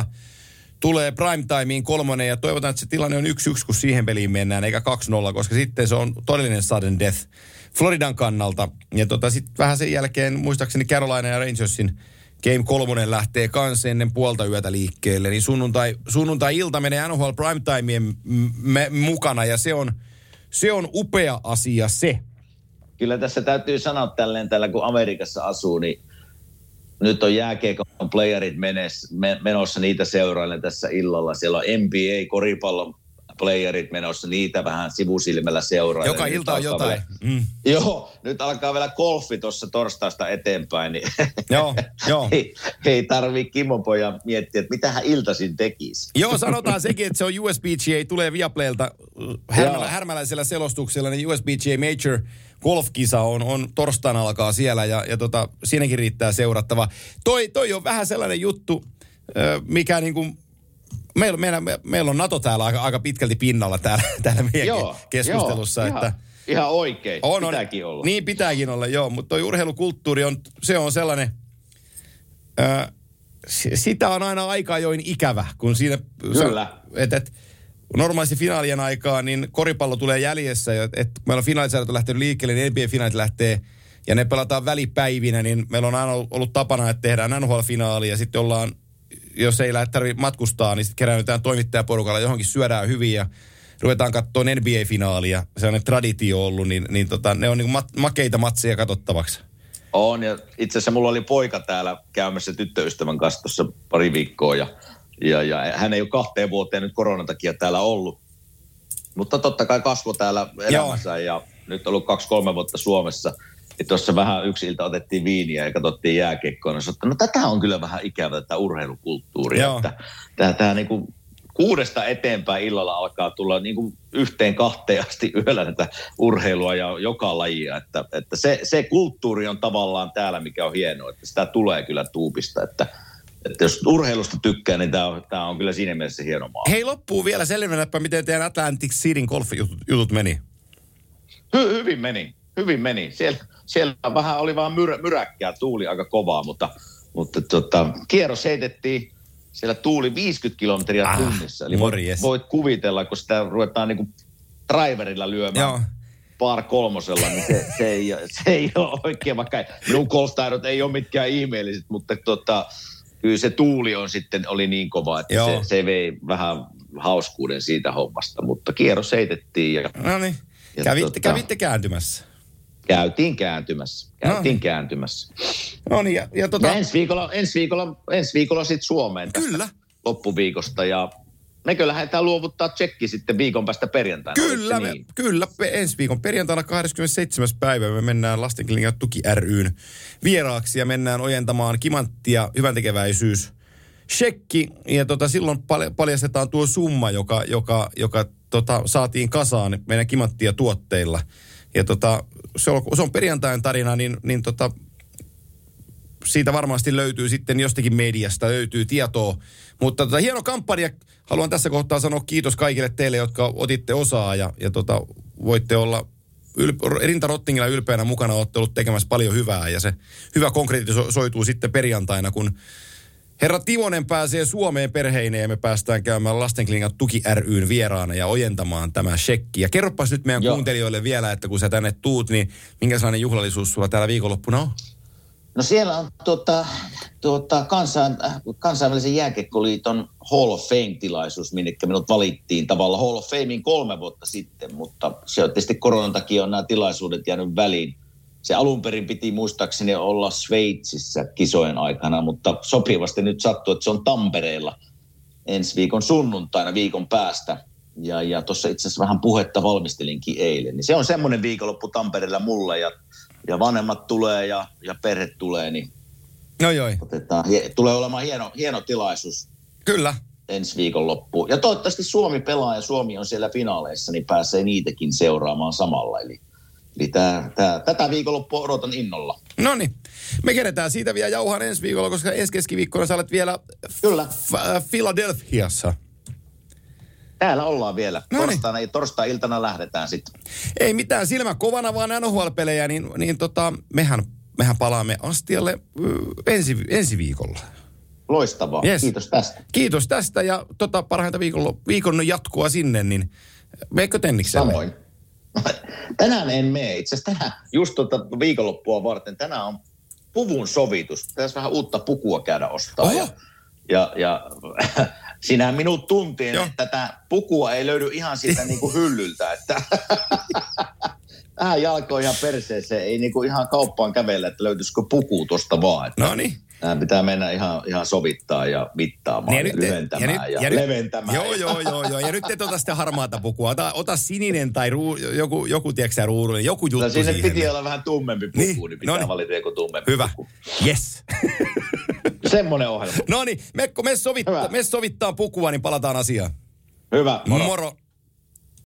tulee primetimeen 3 ja toivotaan, että se tilanne on 1-1, kun siihen peliin mennään, eikä 2-0, koska sitten se on todellinen sudden death Floridan kannalta. Ja sitten vähän sen jälkeen, muistaakseni Carolina ja Rangersin Game 3 lähtee kanssa ennen puolta yötä liikkeelle, niin sunnuntai-ilta menee NHL primetimeen mukana ja se on upea asia se. Kyllä tässä täytyy sanoa tällä kun Amerikassa asuu, niin nyt on jääkiekon playerit menossa, niitä seurailen tässä illalla. Siellä on NBA, koripallon playerit menossa, niitä vähän sivusilmällä seurailen. Joka ilta on jotain. Joo, nyt alkaa vielä golfi tuossa torstaista eteenpäin, niin Joo. ei tarvitse Kimmo pojan miettiä, että mitä hän iltaisin tekisi. Joo, sanotaan sekin, että se on USPGA, tulee Viaplaylta härmäläisellä selostuksella, niin USPGA Major golf-kisa on torstaina alkaa siellä ja siinäkin riittää seurattava. Toi on vähän sellainen juttu, mikä niin kuin meillä on NATO täällä aika pitkälti pinnalla täällä meidän keskustelussa. Joo, ihan oikein, pitääkin olla. Niin pitääkin olla, joo, mutta toi urheilukulttuuri on sellainen, sitä on aina aika ajoin ikävä, kun siinä... Kyllä. Normaalisti finaalien aikaa, niin koripallo tulee jäljessä, että meillä on finaalisarjat lähtenyt liikkeelle, niin NBA-finaalit lähtee, ja ne pelataan välipäivinä, niin meillä on aina ollut tapana, että tehdään NHL-finaali, ja sitten jos ei tarvitse matkustaa, niin sitten keräännytään toimittajaporukalla johonkin, syödään hyvin, ja ruvetaan katsoa NBA-finaalia. Se on ne traditio ollut, niin ne on niin makeita matseja katsottavaksi. On, ja itse asiassa mulla oli poika täällä käymässä tyttöystävän kanssa tuossa pari viikkoa, ja hän ei ole 2 vuoteen nyt koronan takia täällä ollut. Mutta totta kai kasvoi täällä elämässä ja nyt on ollut 2-3 vuotta Suomessa. Tuossa vähän yksi ilta otettiin viiniä ja katsottiin jääkiekkoa. Ja sanoin, no tätä on kyllä vähän ikävä, tätä urheilukulttuuria. Tämä niin kuin 6 eteenpäin illalla alkaa tulla niin kuin 1-2 asti yöllä tätä urheilua ja joka lajia. Että se kulttuuri on tavallaan täällä, mikä on hienoa. Että sitä tulee kyllä tuupista, että jos urheilusta tykkää, niin tämä on kyllä siinä mielessä hieno maa. Hei, loppuu vielä selvennäpä, miten teidän Atlantic Cityn golf-jutut meni. Hyvin meni. Siellä vähän oli vaan myräkkää, tuuli aika kovaa, mutta kierros heitettiin, siellä tuuli 50 kilometriä tunnissa. Eli voit kuvitella, kun sitä ruvetaan niin kuin driverilla lyömään par kolmosella, niin se ei ole oikein, vaikka minun golftaidot ei ole mitkään ihmeelliset, mutta kyllä se tuuli oli niin kova, että se vei vähän hauskuuden siitä hommasta, mutta kierros heitettiin. No niin, kävitte kääntymässä. Käytiin kääntymässä. No niin, ja ensi viikolla sitten Suomeen tästä loppuviikosta, ja mekö lähdetään luovuttaa tsekki sitten viikon päästä perjantaina? Kyllä, ensi viikon perjantaina 27. päivä me mennään Lastenklinikan tuki ry:n vieraaksi ja mennään ojentamaan kimanttia hyväntekeväisyys shekki, ja silloin paljastetaan tuo summa, joka saatiin kasaan meidän kimanttia tuotteilla. Ja se on perjantain tarina, niin siitä varmasti löytyy sitten jostakin mediasta, löytyy tietoa. Mutta hieno kampanja. Haluan tässä kohtaa sanoa kiitos kaikille teille, jotka otitte osaa ja voitte olla Rinta Rottingilla ylpeänä mukana, olette ollut tekemässä paljon hyvää, ja se hyvä konkretisoituu sitten perjantaina, kun herra Timonen pääsee Suomeen perheineen ja me päästään käymään Lastenklinikan tuki ry:n vieraana ja ojentamaan tämä shekki. Ja kerropas nyt meidän kuuntelijoille vielä, että kun sä tänne tuut, niin minkä sellainen juhlallisuus sulla täällä viikonloppuna on? No siellä on kansainvälisen jääkiekkoliiton Hall of Fame-tilaisuus, minne minut valittiin tavallaan Hall of Famein 3 vuotta sitten, mutta se on tietysti koronan takia on nämä tilaisuudet jäänyt väliin. Se alun perin piti muistaakseni olla Sveitsissä kisojen aikana, mutta sopivasti nyt sattuu, että se on Tampereella ensi viikon sunnuntaina viikon päästä. Ja tuossa itse asiassa vähän puhetta valmistelinkin eilen. Niin se on semmoinen viikonloppu Tampereella mulle ja vanhemmat tulee ja perhe tulee, niin tulee olemaan hieno tilaisuus. Kyllä. Ensi viikonloppuun. Ja toivottavasti Suomi pelaa ja Suomi on siellä finaaleissa, niin pääsee niitäkin seuraamaan samalla. Eli tätä viikonloppua odotan innolla. No niin. Me kerätään siitä vielä jauhaan ensi viikolla, koska ensi keskiviikkona sä olet vielä Philadelphiassa. Täällä ollaan vielä. Torstai-iltana lähdetään sitten. Ei mitään silmä kovana, vaan NHL-pelejä, niin mehän palaamme astialle ensi viikolla. Loistavaa. Yes. Kiitos tästä ja parhainta viikon jatkoa sinne, niin meikö tennikselle? Samoin. Tänään en mene. Itse asiassa just viikonloppua varten. Tänään on puvun sovitus. Pitäisi vähän uutta pukua käydä ostaa. Ja sinähän minut tuntiin, että tätä pukua ei löydy ihan siitä niinku hyllyltä. Että vähän jalkoon ihan perseeseen. Ei niinku ihan kauppaan kävellä, että löytyisikö puku tuosta vaan. No niin. Nämä pitää mennä ihan sovittaa ja mittaamaan ja lyhentämään ja leventämään. Joo. Ja nyt et ota sitä harmaata pukua. Ota sininen tai joku tiedätkö ruudullinen, joku juttu siihen. Siinä piti olla vähän tummempi puku, niin pitää valita joku tummempi puku. Yes. Semmoinen ohjelma. No niin, me sovittaa pukua, niin palataan asiaan. Hyvä, moro.